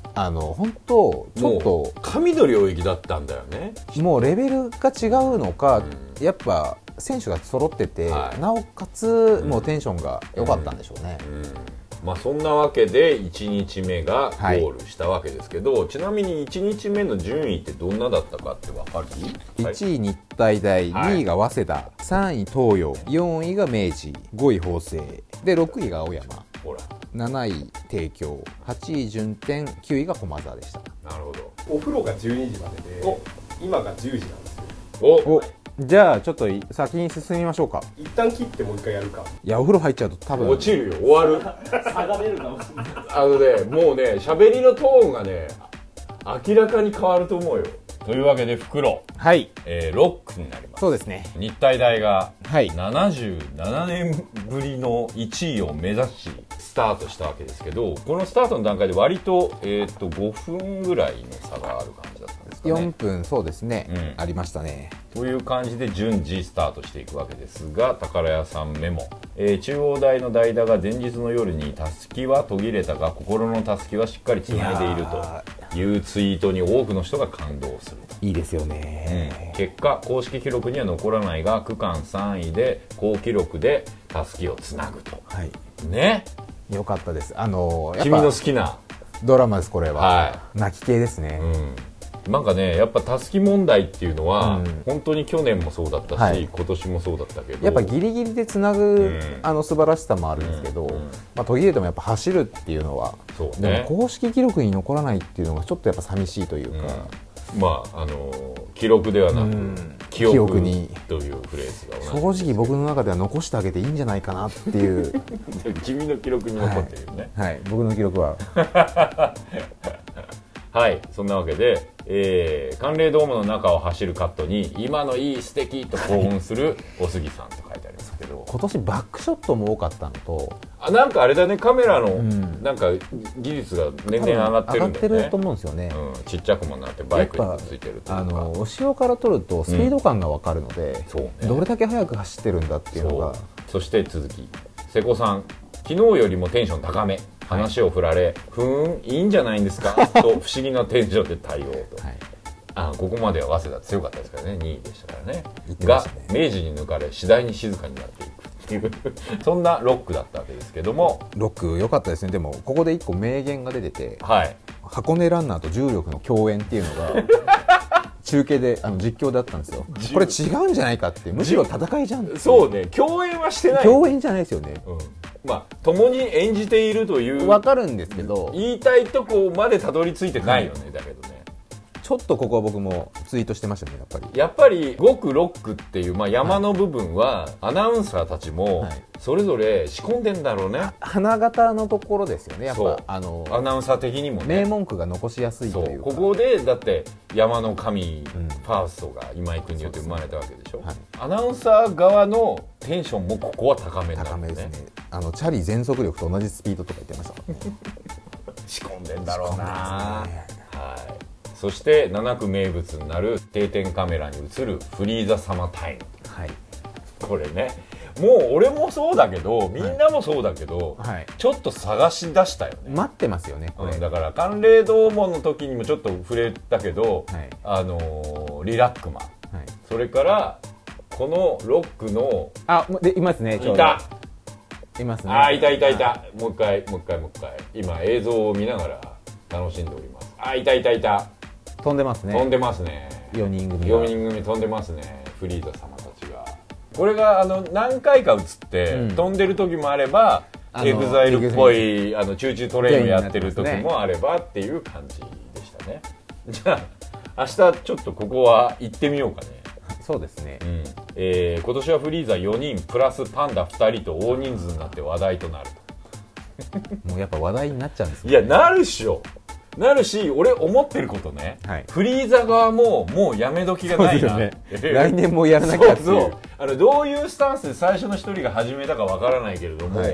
あの本当ちょっと神の領域だったんだよね。 もうレベルが違うのか、うん、やっぱ選手が揃ってて、はい、なおかつもうテンションが良かったんでしょうね。うんうん、 まあ、そんなわけでいちにちめがゴールしたわけですけど、はい、ちなみにいちにちめの順位ってどんなだったかって分かる？ はい、いちい日体大、はい、にいが早稲田、さんい東洋、よんいが明治、ごい法政でろくいが青山、ほらなない帝京、はちい順天、きゅういが駒澤でした。 なるほど。 お風呂がじゅうにじまでで今がじゅうじなんですよ。 おお、じゃあちょっと先に進みましょうか。 一旦切ってもう一回やるか。 いやお風呂入っちゃうと多分落ちるよ。終わる。 差が出るかもしれない。 あのね、もうね、喋りのトーンがね明らかに変わると思うよ。というわけで袋、 はい、 えー、ろっくになります。 そうですね。 日体大がななじゅうななねんぶりのいちいを目指しスタートしたわけですけど、このスタートの段階で割と、えー、とごふんぐらいの差がある感じだったんですかね。 よんぷん、そうですね、うん、ありましたね。 という感じで順次スタートしていくわけですが、宝屋さんメモ、えー、中央大の代打が前日の夜にたすきは途切れたが心のたすきはしっかりつないでいるというツイートに多くの人が感動する。 いいですよね、 うん、結果公式記録には残らないが区間さんいで好記録でたすきをつなぐと、はい、ね、 よかったです。あのー、君の好きなドラマです。これは、はい、泣き系ですね。 うん、なんかね、やっぱたすき問題っていうのは、うん、本当に去年もそうだったし、はい、今年もそうだったけど、 やっぱギリギリでつなぐ、うん、あの素晴らしさもあるんですけど、うんうん、まあ、途切れてもやっぱ走るっていうのはそう、ね、でも公式記録に残らないっていうのがちょっとやっぱ寂しいというか、 うん、まああの記録ではなく、うん、記憶、記憶にというフレーズが正直僕の中では残してあげていいんじゃないかなっていう君の記録に残ってるよね、 はい、はい、僕の記録ははい、そんなわけで、えー、寒冷ドームの中を走るカットに今のいい素敵と興奮するお杉さんと書いてありますけど、 今年バックショットも多かったのと、 あ、なんかあれだね、カメラのなんか技術が年々上がってるんだよね。 上がってると思うんですよね、 うん、ちっちゃくもなってバイクにもついてるというか、あの後ろから撮るとスピード感が分かるので、うんね、どれだけ速く走ってるんだっていうのが。 そ, そして続き瀬古さん、昨日よりもテンション高め、話を振られ、はい、ふーんいいんじゃないんですかと不思議なテンションで対応と、はい、あ、ここまでは早稲田強かったですからね、にいでしたからね、が明治に抜かれ次第に静かになっていくっていうそんなロックだったわけですけども、 ロック良かったですね。でもここで一個名言が出てて、はい、箱根ランナーと重力の共演っていうのが中継であの実況だったんですよ。これ違うんじゃないかって、むしろ戦いじゃんって。 そうね、共演はしてない。 共演じゃないですよね、うん、 まあ共に演じているという分かるんですけど、 言いたいとこまでたどり着いてないよね、はい、だけどね、 ちょっとここは僕もツイートしてましたね。やっぱりやっぱりごくロックっていう、まあ、山の部分は、はい、アナウンサーたちもそれぞれ仕込んでんだろうね、はい、 花形のところですよね、やっぱあのアナウンサー的にもね、 名文句が残しやすいというか、 ここでだって山の神、うん、ファーストが今井君によって生まれたわけでしょ、はい、アナウンサー側のテンションもここは高めになる、ね、高めですね。あのチャリ全速力と同じスピードとか言ってましたもんね仕込んでんだろうな、ね、はい。そしてなな区名物になる定点カメラに映るフリーザ様タイム、はい、これね、もう俺もそうだけどみんなもそうだけど、はい、ちょっと探し出したよね。 待ってますよねこれ、 うん、だから寒冷同門の時にもちょっと触れたけど、はい、あのー、リラックマン、はい、それからこのロックのあでいますね、 いたいますね、 あいたいたいた、もう一回もう一回もう一回今映像を見ながら楽しんでおります。あいたいたいた、 飛んでますね。 飛んでますね。 よにん組よにん組飛んでますね。フリーザ様たちが。これがあの何回か映って、うん、飛んでる時もあれば、エグザイルっぽいあのチューチュートレインやってる時もあればっていう感じでしたね。じゃあ明日ちょっとここは行ってみようかね。 そうですね、 うんえー、今年はフリーザよにんプラスパンダふたりと大人数になって話題となるもうやっぱ話題になっちゃうんですね。 いやなるっしょ、なるし、俺思ってることね、はい、フリーザ側ももうやめ時がないな、ね、 来年もやらなきゃっていう、 そうそう、あのどういうスタンスで最初の一人が始めたかわからないけれども、はい、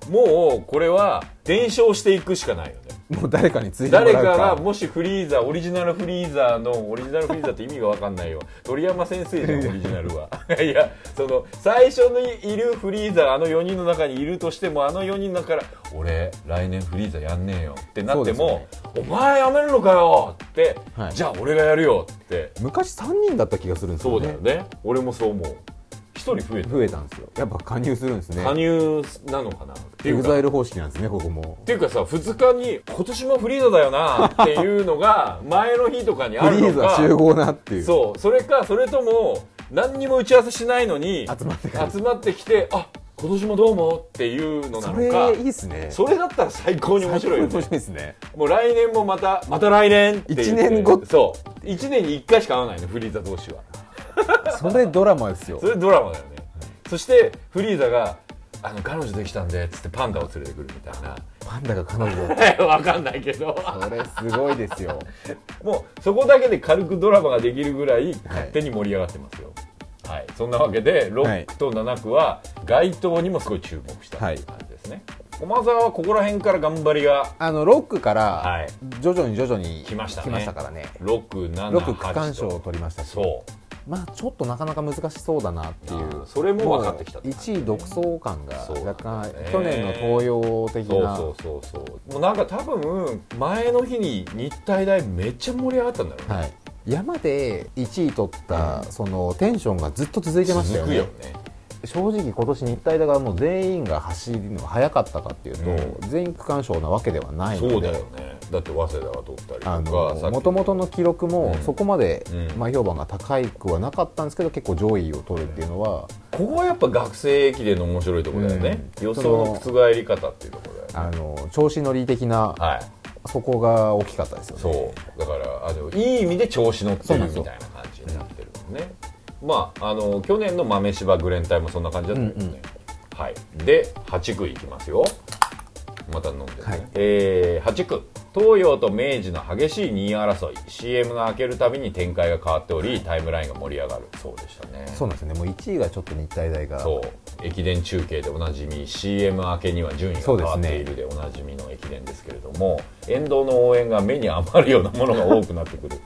もうこれは伝承していくしかないよね。 もう誰かに継いでもらうか。 誰かがもしフリーザーオリジナルフリーザーのオリジナルフリーザーって意味が分かんないよ。鳥山先生じゃんオリジナルは。いやその最初にいるフリーザーあのよにんの中にいるとしてもあのよにんの中から俺来年フリーザーやんねえよってなっても、ね、お前やめるのかよって、はい、じゃあ俺がやるよって。 昔さんにんだった気がするんですよね。 そうだよね。俺もそう思う。ひとり増えた増えたんですよ。やっぱ加入するんですね。 加入なのかなエグザイル方式なんですね、ここも。 っていうかさ、ふつかに今年もフリーザだよなっていうのが前の日とかにあるのか。 フリーザ集合なっていう。 そう、それかそれとも何にも打ち合わせしないのに集まって集まってきて、あ、今年もどうもっていうのなのか。 それいいですね。 それだったら最高に面白いよね。 面白いですね。 もう来年もまたまた来年って言って。 いちねんご。 そういちねんにいっかいしか会わないのフリーザ同士は。 それドラマですよ。 それドラマだよね。そしてフリーザがあの彼女できたんでつってパンダを連れてくるみたいな。 パンダが彼女だった。 わかんないけど。 それすごいですよ。 もうそこだけで軽くドラマができるぐらい勝手に盛り上がってますよ。はい。はい、そんなわけでろっくとななくは街頭にもすごい注目したという感じですね。はい、駒沢はここら辺から頑張りがあのろっくから徐々に徐々に来ましたね。 来ましたからね。 ろく、なな、はちろく区間賞を取りましたし。そう。まあちょっとなかなか難しそうだなっていう。 それも分かってきた。 いちい独走感が若干、ね、去年の東洋的な。 そうそうそうそう。もうなんか多分前の日に日体大めっちゃ盛り上がったんだろうね。はい、 山でいちい取った、うん、そのテンションがずっと続いてましたよね。続くよね。正直今年日体大がもう全員が走るのが速かったかっていうと、うん、全員区間賞なわけではないので。 そうだよね。だって早稲田が取ったりとか、 もともとの記録もそこまで前評判が高くはなかったんですけど、結構上位を取るっていうのは、 ここはやっぱ学生駅伝の面白いところだよね、うん、予想の覆り方っていうところだよね。 あの調子乗り的な、はい、そこが大きかったですよね。 そうだからあのいい意味で調子乗ってるみたいな感じになってるもんね。まああの去年の豆柴グレン隊もそんな感じだったけどね、うんうん、はい。ではちくいきますよ。また飲んで、ね、はい、えー、はちく東洋と明治の激しいにい争い シーエム が開けるたびに展開が変わっておりタイムラインが盛り上がるそうでしたね。 そうなんですね。もういちいがちょっと日体大がそう駅伝中継でおなじみ シーエム 明けには順位が変わっているでおなじみの駅伝ですけれども、沿道の応援が目に余るようなものが多くなってくる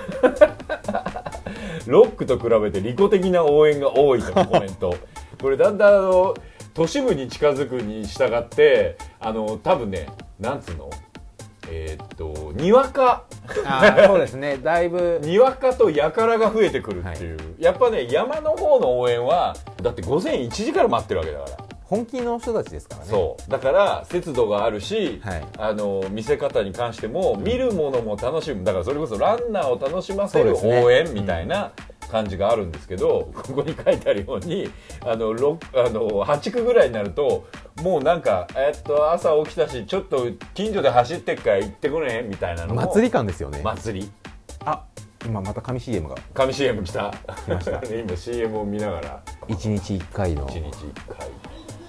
ロックと比べて利己的な応援が多いというコメントこれだんだんあの都市部に近づくに従ってあの多分ねなんつうのえー、っとにわかあそうですね。だいぶにわかとやからが増えてくるっていう、はい、やっぱね山の方の応援はだって午前いちじから待ってるわけだから本気の人たちですからね。 そうだから節度があるし、はい、あの見せ方に関しても見るものも楽しむだからそれこそランナーを楽しませる応援みたいな感じがあるんですけど、ここに書いてあるようにあのあのはちくぐらいになるともうなんか、えっと、朝起きたしちょっと近所で走ってっから行ってこねみたいなのも祭り感ですよね。 祭り。 あ今また紙 シーエム が紙 シーエム 来た来ました今 シーエム を見ながらいちにちいっかいのいちにちいっかい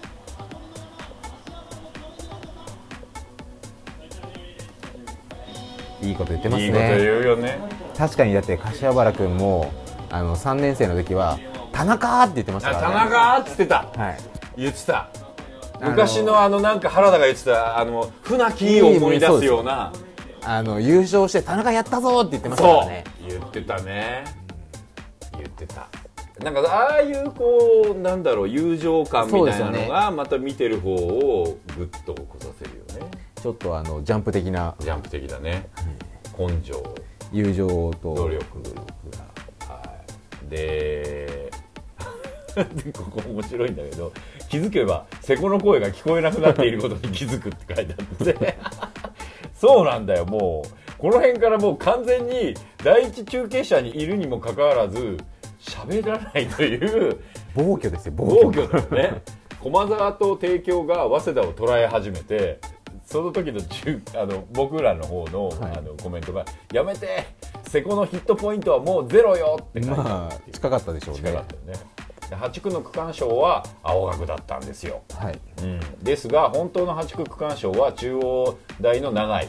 いいこと言ってますね。 いいこと言うよね。 確かにだって柏原君もあのさんねん生の時は田中って言ってましたからね。 田中って言ってた、はい、言ってた昔のあのなんか原田が言ってたあの船木を思い出すようなあの優勝して田中やったぞって言ってましたからね。 そう言ってたね、うん、言ってた。なんかああいうこうなんだろう友情感みたいなのがまた見てる方をグッとこさせるよね。 ちょっとあのジャンプ的なジャンプ的だね、うん、根性友情と努力努力が、はい、でここ面白いんだけど気づけば瀬古の声が聞こえなくなっていることに気づくって書いてあってそうなんだよ。もうこの辺からもう完全に第一中継車にいるにもかかわらず喋らないという暴挙ですよ。 暴挙だよね。駒沢と帝京が早稲田を捉え始めてその時のあの僕らの方 の,、はい、あのコメントがやめて瀬古のヒットポイントはもうゼロよって書いてある。 まあ近かったでしょうね。 近かったよね。はちくの区間賞は青学だったんですよ、はい、うん、ですが本当のはちく区間賞は中央大の長井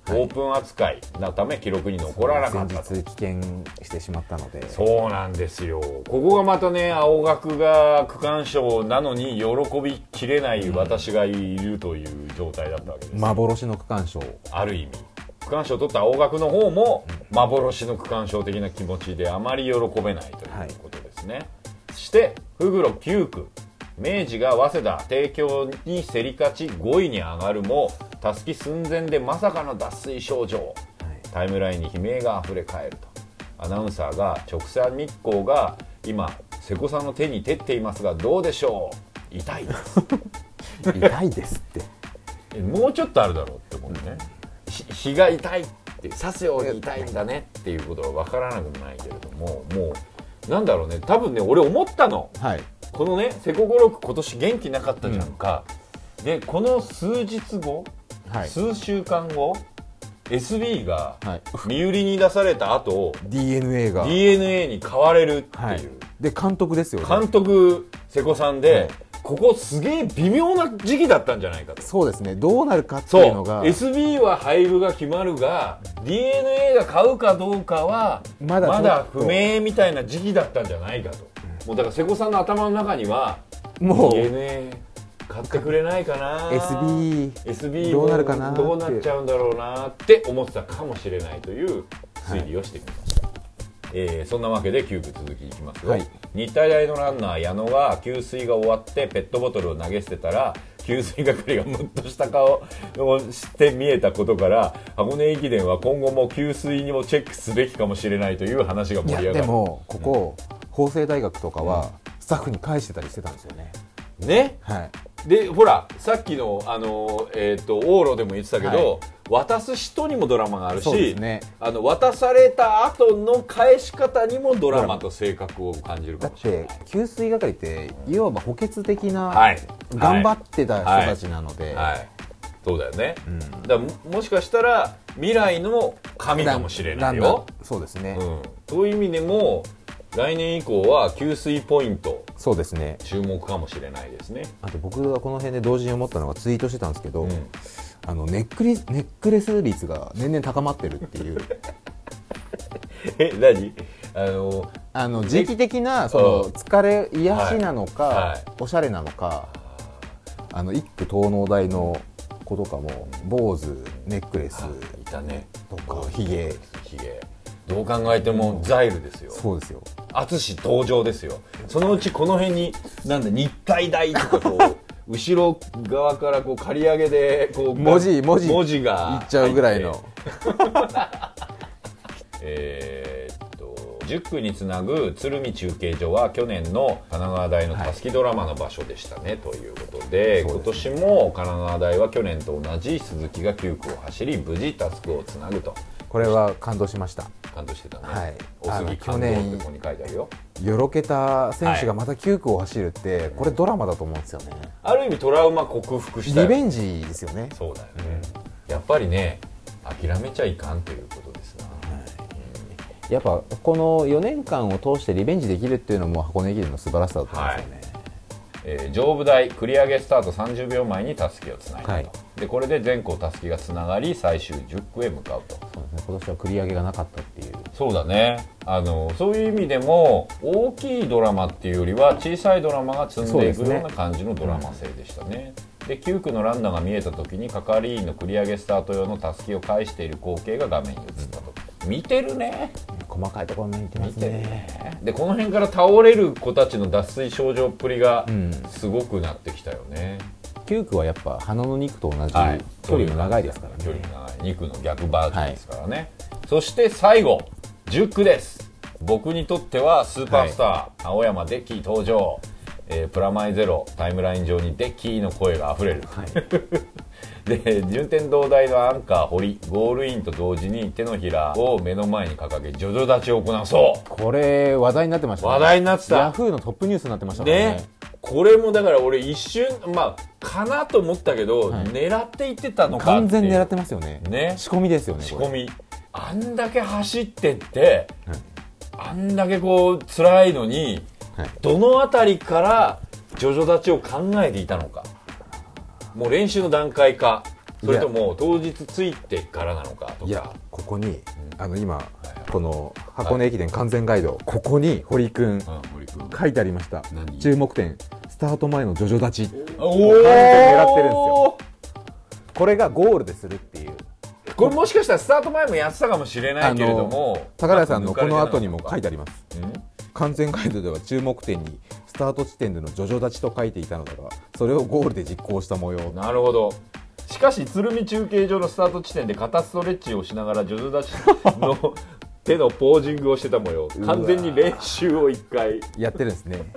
オープン扱いなため記録に残らなかったと。 前日棄権してしまったので。 そうなんですよ。ここがまたね、青学が区間賞なのに喜びきれない私がいるという状態だったわけです、うん、 幻の区間賞。 ある意味区間賞を取った青学の方も幻の区間賞的な気持ちであまり喜べないということですね、はい、そして復路きゅう区、明治が早稲田帝京に競り勝ちごいに上がるもたすき寸前でまさかの脱水症状、はい、タイムラインに悲鳴があふれかえると。アナウンサーが直射日光が今瀬古さんの手に照っていますがどうでしょう、痛いです痛いですってもうちょっとあるだろうって思うね、うん、日が痛いって刺すように痛いんだねっていうことは分からなくもないけれども、もうなんだろうね、多分ね俺思ったの、はい、このね瀬古五六今年元気なかったじゃんか、うん、でこの数日後、はい、数週間後 エスビー が身売りに出された後、 ディーエヌエー がディーエヌエー に買われるっていう、はい、 で監督ですよね、 監督瀬古さんで、はい、ここすげえ微妙な時期だったんじゃないかと。 そうですね、どうなるかっていうのが、 エスビー は配部が決まるが ディーエヌエー が買うかどうかはまだ、まだ不明みたいな時期だったんじゃないかと、うん、もうだから瀬古さんの頭の中にはもう ディーエヌエー 買ってくれないかなエスビー, エスビーどうなるかなどうなっちゃうんだろうなって思ってたかもしれないという推理をしてみました、はい、えー、そんなわけできゅう区続きいきますよ、はい、日体大のランナー矢野が給水が終わってペットボトルを投げ捨てたら給水係がムッとした顔をして見えたことから箱根駅伝は今後も給水にもチェックすべきかもしれないという話が盛り上がる。いやでもここ、うん、法政大学とかはスタッフに返してたりしてたんですよね。 ね、 はい、 でほらさっきの、あの、えーと、往路でも言ってたけど、はい、渡す人にもドラマがあるし、ね、あの渡された後の返し方にもドラマと性格を感じるかもしれない。 だって給水係っていわば補欠的な、はい、頑張ってた人たちなので、はいはいはい、 そうだよね、うん、だからもしかしたら未来の神かもしれないよ。 そうですね、 うん、そういう意味でも来年以降は給水ポイント、 そうですね、 注目かもしれないですね。 あと僕がこの辺で同時に思ったのがツイートしてたんですけど、うん、あのネックレス、ネックレス率が年々高まってるっていうえ、何あのあの時期的なその疲れ癒しなのか、はいはい、おしゃれなのか、あの一区東農大の子とかも坊主ネックレスいたねとかひげひげどう考えてもザイルですよ。 そうですよ。 淳登場ですよ。そのうちこの辺になんだ日体大とかこう後ろ側からこう刈り上げでこう文字文字文字がいっちゃうぐらいのえーっとじゅっ区につなぐ鶴見中継所は去年の神奈川大のたすきドラマの場所でしたね、はい、ということで、今年も神奈川大は去年と同じ鈴木がきゅう区を走り無事たすきをつなぐと。 これは感動しました。 感動してたね、 はい、 お杉感動ってここに書いてあるよ。 よろけた選手がまたきゅう区を走るって、はい、これドラマだと思うんですよね。 ある意味トラウマ克服したリベンジですよね。 そうだよね、うん、やっぱりね諦めちゃいかんということですな、はい、 うん、やっぱこのよねんかんを通してリベンジできるっていうのも箱根駅伝の素晴らしさだと思うんですよね、はい、 えー、上武大繰り上げスタートさんじゅうびょうまえにたすきをつないだと、はい、でこれで全校たすきがつながり最終じゅっ区へ向かうと。 そうですね、今年は繰り上げがなかったっていう。 そうだね、あのそういう意味でも大きいドラマっていうよりは小さいドラマが積んでいくような感じのドラマ性でしたね。できゅう区のランナーが見えた時に係員の繰り上げスタート用のたすきを返している光景が画面に映ったと。見てるね、 細かいところ見てますね。 ねでこの辺から倒れる子たちの脱水症状っぷりがすごくなってきたよね、 うん、きゅう区はやっぱ花のに区と同じ、はい、距離が長いですからね。 距離が長いに区の逆バージョンですからね、はい、そして最後じゅっ区です。僕にとってはスーパースター、はい、青山デッキー登場、えー、プラマイゼロタイムライン上にデッキーの声があふれる、はいで順天堂大のアンカー堀ゴールインと同時に手のひらを目の前に掲げジョジョ立ちを行う。そうこれ話題になってましたね。 話題になってた。 ヤフーのトップニュースになってましたからね。ね、 これもだから俺一瞬まあかなと思ったけど、はい、狙っていってたのかっていう。 完全に狙ってますよね。 ね、 仕込みですよね。 仕込み。あんだけ走ってって、はい、あんだけこう辛いのに、はい、どのあたりからジョジョ立ちを考えていたのか。もう練習の段階かそれとも当日着いてからなのかとか。 いやここに、うん、あの今、はい、この箱根駅伝完全ガイド、はい、ここに堀君、うん、書いてありました。注目点スタート前のジョジョ立ち、おお完全狙ってるんですよ。これがゴールでするっていう。 これもしかしたらスタート前もやってたかもしれないけれども、 高田さんのこの後にも書いてあります。完全ガイドでは注目点にスタート地点でのジョジョ立ちと書いていたのだが、それをゴールで実行した模様。 なるほど。しかし鶴見中継所のスタート地点で肩ストレッチをしながらジョジョ立ちの手のポージングをしてた模様。完全に練習をいっかいやってるんですね。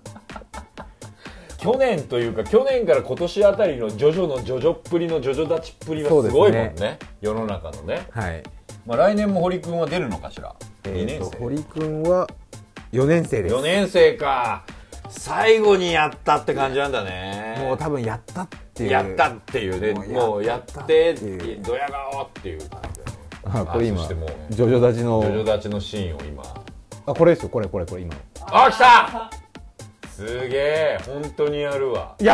去年というか去年から今年あたりのジョジョのジョジョっぷりのジョジョ立ちっぷりはすごいもん ね, ね世の中のね。 はい。 まあ来年も堀君は出るのかしら。 えー、にねん生。堀君はよねん生です。 よねん生か。最後にやったって感じなんだね。 もう多分やったっていう。 やったっていうね。もうやってドヤ顔っていう感じだね。 あ、これ今ジョジョ立ちのジョジョ立ちのシーンを今。 あ、これですよ。これこれこれ今。 あ、来た。すげえ、本当にやるわ。 や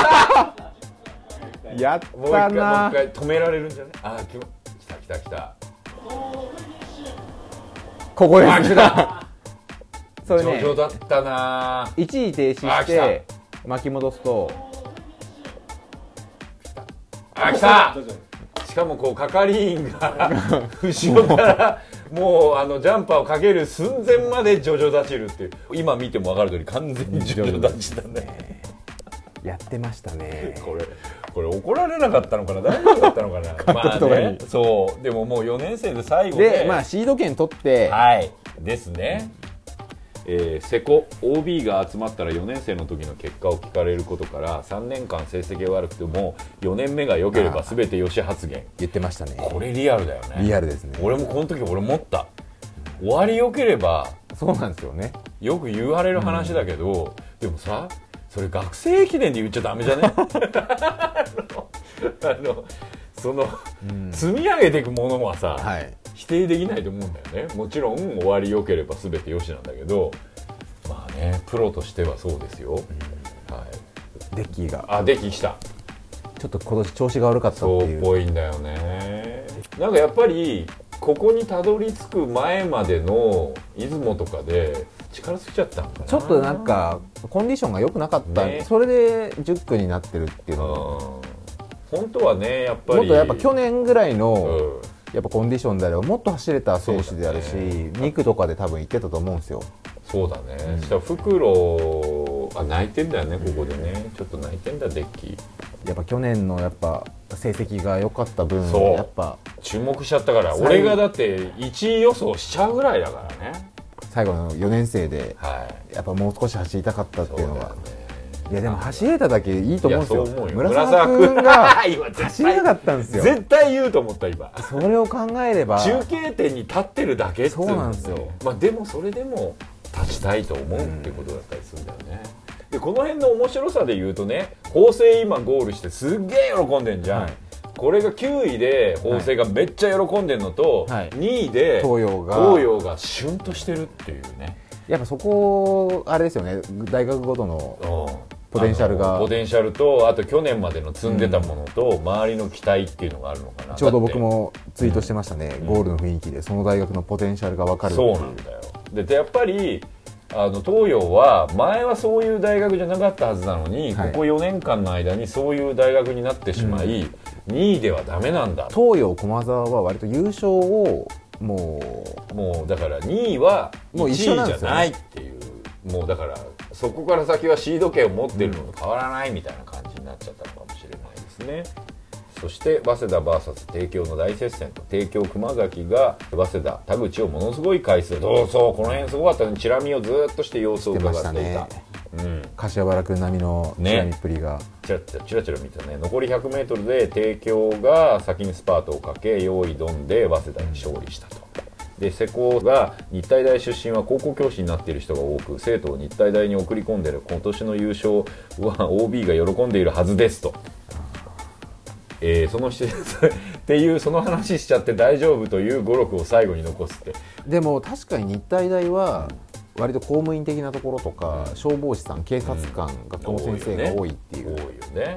ったー。やったなー。 もう一回もう一回止められるんじゃない？あ、来た来た来た。 ここです。それね、 ジョジョだったな。 一時停止して巻き戻すと、 あ、来た。しかもこう係員が後ろからもうあのジャンパーをかける寸前までジョジョ立ちるっていう。今見ても分かる通り完全にジョジョ立ちだね。 やってましたね。 これこれ怒られなかったのかな、大丈夫だったのかな。まあね、そうでももうよねん生で最後で、 でまあシード権取って、 はいですね。えー、瀬古 オービー が集まったらよねん生の時の結果を聞かれることから、さんねんかん成績が悪くてもよねんめが良ければ全てよし発言言ってましたね。 これリアルだよね。 リアルですね。 俺もこの時俺持った。終わり良ければ、 そうなんですよね。 よく言われる話だけど、うん、でもさ、それ学生駅伝で言っちゃダメじゃね。あのその、うん、積み上げていくものはさ、はい、否定できないと思うんだよね。もちろん終わり良ければ全てよしなんだけど、まあね、プロとしてはそうですよ。うん、はい、 デッキーがあ、デッキー来た。 ちょっと今年調子が悪かったっていう。 そうっぽいんだよね。なんかやっぱりここにたどり着く前までの出雲とかで力ついちゃったのかな。 ちょっとなんかコンディションが良くなかった、ね、それでじゅっくになってるっていうのが、 本当はね、やっぱりもっとやっぱ去年ぐらいの、うん、やっぱコンディションであればもっと走れた選手であるし、ね、に区とかで多分行ってたと思うんですよ。 そうだね、うん、したら袋あ泣いてんだよね、ここでね、ちょっと泣いてんだデッキ。 やっぱ去年のやっぱ成績が良かった分、 そうやっぱ注目しちゃったから、俺がだっていちい予想しちゃうぐらいだからね。 最後のよねん生で、はい、やっぱもう少し走りたかったっていうのが、いやでも走れただけいいと思うんですよ。村沢君が走れなかったんですよ。 絶対言うと思った今。 それを考えれば中継点に立ってるだけっていう、 そうなんですよ。 まあでもそれでも立ちたいと思うってことだったりするんだよね。でこの辺の面白さで言うとね、法政今ゴールしてすっげえ喜んでんじゃん、はい、これがきゅういで法政がめっちゃ喜んでんのと、はい、にいで東洋が東洋がシュンとしてるっていうね。 やっぱそこあれですよね、大学ごとのポテンシャルが、 ポテンシャルと、あと去年までの積んでたものと、うん、周りの期待っていうのがあるのかな。 ちょうど僕もツイートしてましたね、うん、ゴールの雰囲気でその大学のポテンシャルが分かる。 そうなんだよ。でやっぱりあの東洋は前はそういう大学じゃなかったはずなのに、はい、ここよねんかんの間にそういう大学になってしまい、うん、にいではダメなんだ。 東洋駒澤は割と優勝をもうもうだからにいはいちいじゃないっていう、もうだからそこから先はシード権を持ってるのと変わらないみたいな感じになっちゃったのかもしれないですね。そして早稲田 ブイエス 帝京の大接戦と、帝京熊崎が早稲田田口をものすごい回数、そうそうこの辺すごかったのにチラ見をずっとして様子を伺っていた、ね、 うん、柏原君並みのチラ見っぷりが、 ね、チラチラチラチラ見たね。残り ひゃくメートル で帝京が先にスパートをかけ用意ドンで早稲田に勝利したと。で瀬古が日体大出身は高校教師になっている人が多く、生徒を日体大に送り込んでいる今年の優勝は オービー が喜んでいるはずですと、えー、そのっていうその話しちゃって大丈夫という語録を最後に残すって。 でも確かに日体大は割と公務員的なところとか、うん、消防士さん警察官、うん、学校の先生が多いっていう、 多いよね。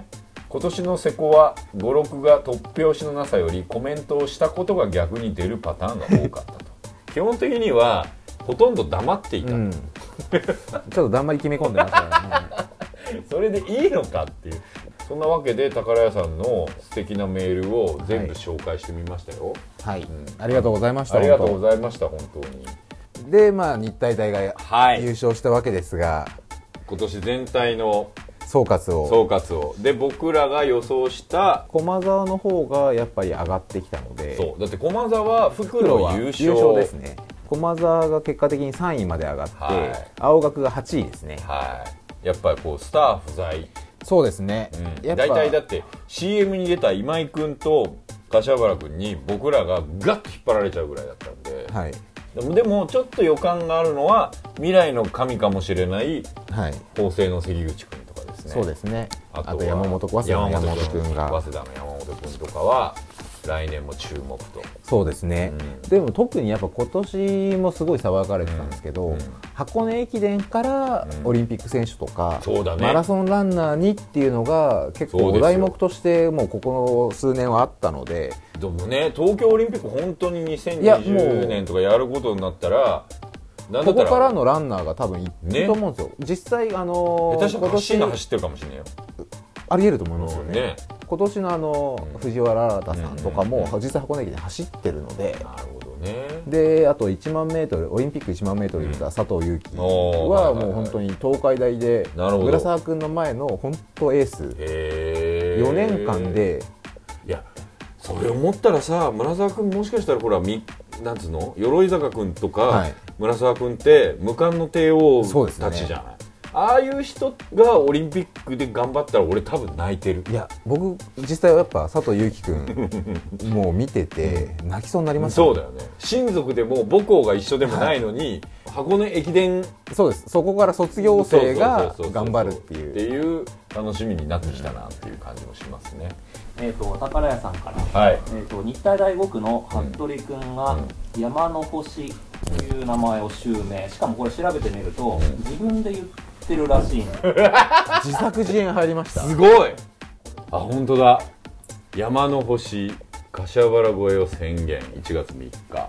今年の瀬古は語録が突拍子のなさよりコメントをしたことが逆に出るパターンが多かったと基本的にはほとんど黙っていた、うん、ちょっとだんまり決め込んでましたからねそれでいいのかっていう。そんなわけで宝屋さんの素敵なメールを全部紹介してみましたよ。 はい、うん、ありがとうございました。 ありがとうございました本当に。でまあ日体大が優勝したわけですが、はい、 今年全体の総括を総括をで僕らが予想した駒澤の方がやっぱり上がってきたので、 そうだって駒澤は復路優勝、 優勝ですね。駒澤が結果的にさんいまで上がって、はい、青学がはちいですね。 はい、やっぱりこうスター不在。 そうですね、 うん、やっぱ大体だって シーエム に出た今井君と柏原君に僕らがガッと引っ張られちゃうぐらいだったんで、はい、でもでもちょっと予感があるのは未来の神かもしれない法政の関口君とかですね。 そうですね。あと山本早稲田の山本君が早稲田の山本君とかは来年も注目と。 そうですね、うん、でも特にやっぱ今年もすごい騒がれてたんですけど、うんうん、箱根駅伝からオリンピック選手とか、うんね、マラソンランナーにっていうのが結構お題目としてもうここの数年はあったので。 でもね東京オリンピック本当ににせんにじゅうねんとかやることになったらここからのランナーが多分いってると思うんですよ、ね、実際あのー、下手したら走ってるかもしれないよ。 ありえると思いますよね、 ね。 今年のあの、うん、藤原新さんとかも、うんうん、実際箱根駅伝走ってるので、 なるほどね。 であといちまんメートルオリンピックいちまんメートルで言った佐藤悠基はもう本当に東海大で村沢君の前の本当エースへよねんかんで。 いやそれ思ったらさ村沢君もしかしたらほらみなんつうの鎧坂君とか、はい、村沢君って無冠の帝王たちじゃない。ああいう人がオリンピックで頑張ったら俺多分泣いてる。 いや僕実際はやっぱ佐藤悠基君もう見てて泣きそうになりますよね。そうだよね。親族でも母校が一緒でもないのに、はい、箱根駅伝そうですそこから卒業生が頑張るっていうっていう楽しみになってきたなっていう感じもしますね。 えー、と宝屋さんから、はいえー、と日体大ごくの服部君が山の星という名前を襲名、しかもこれ調べてみると、うん、自分で言ってるらしいん自作自演入りました。 すごい。あ本当だ。山の星柏原越えを宣言いちがつみっか。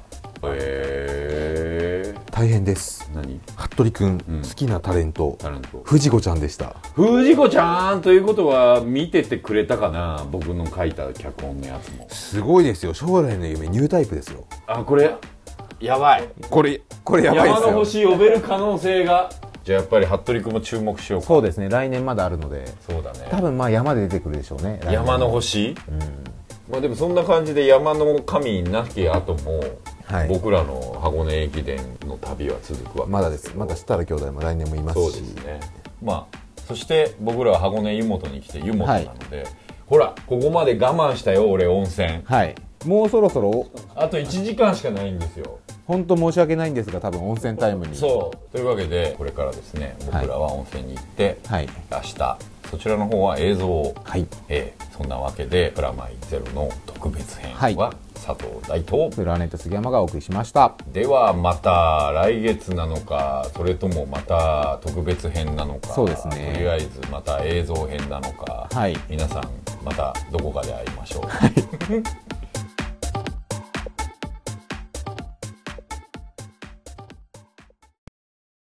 へー大変です。 何服部君、うん、好きなタレントタレント藤子ちゃんでした。 藤子ちゃんということは見ててくれたかな。僕の書いた脚本のやつもすごいですよ。将来の夢ニュータイプですよ。 あこれやばい。 これこれやばいですよ。 山の星呼べる可能性がじゃあやっぱり服部君も注目しようか。 そうですね来年まだあるので。 そうだね多分まあ山で出てくるでしょうね。 山の星、うんまあ、でもそんな感じで山の神なき後も、はい、僕らの箱根駅伝の旅は続くわけです。 まだですまた設楽兄弟も来年もいますし。 そうですね。まあそして僕らは箱根湯本に来て湯本なので、はい、ほらここまで我慢したよ俺温泉。 はいもうそろそろあといちじかんしかないんですよ。 本当申し訳ないんですが多分温泉タイムにそうというわけでこれからですね僕らは温泉に行って、はい、明日そちらの方は映像を、はいえー、そんなわけでプラマイゼロの特別編は、はい、佐藤大とプラネット杉山がお送りしました。 ではまた来月なのかそれともまた特別編なのか。 そうですね。 とりあえずまた映像編なのか、はい、皆さんまたどこかで会いましょう。はい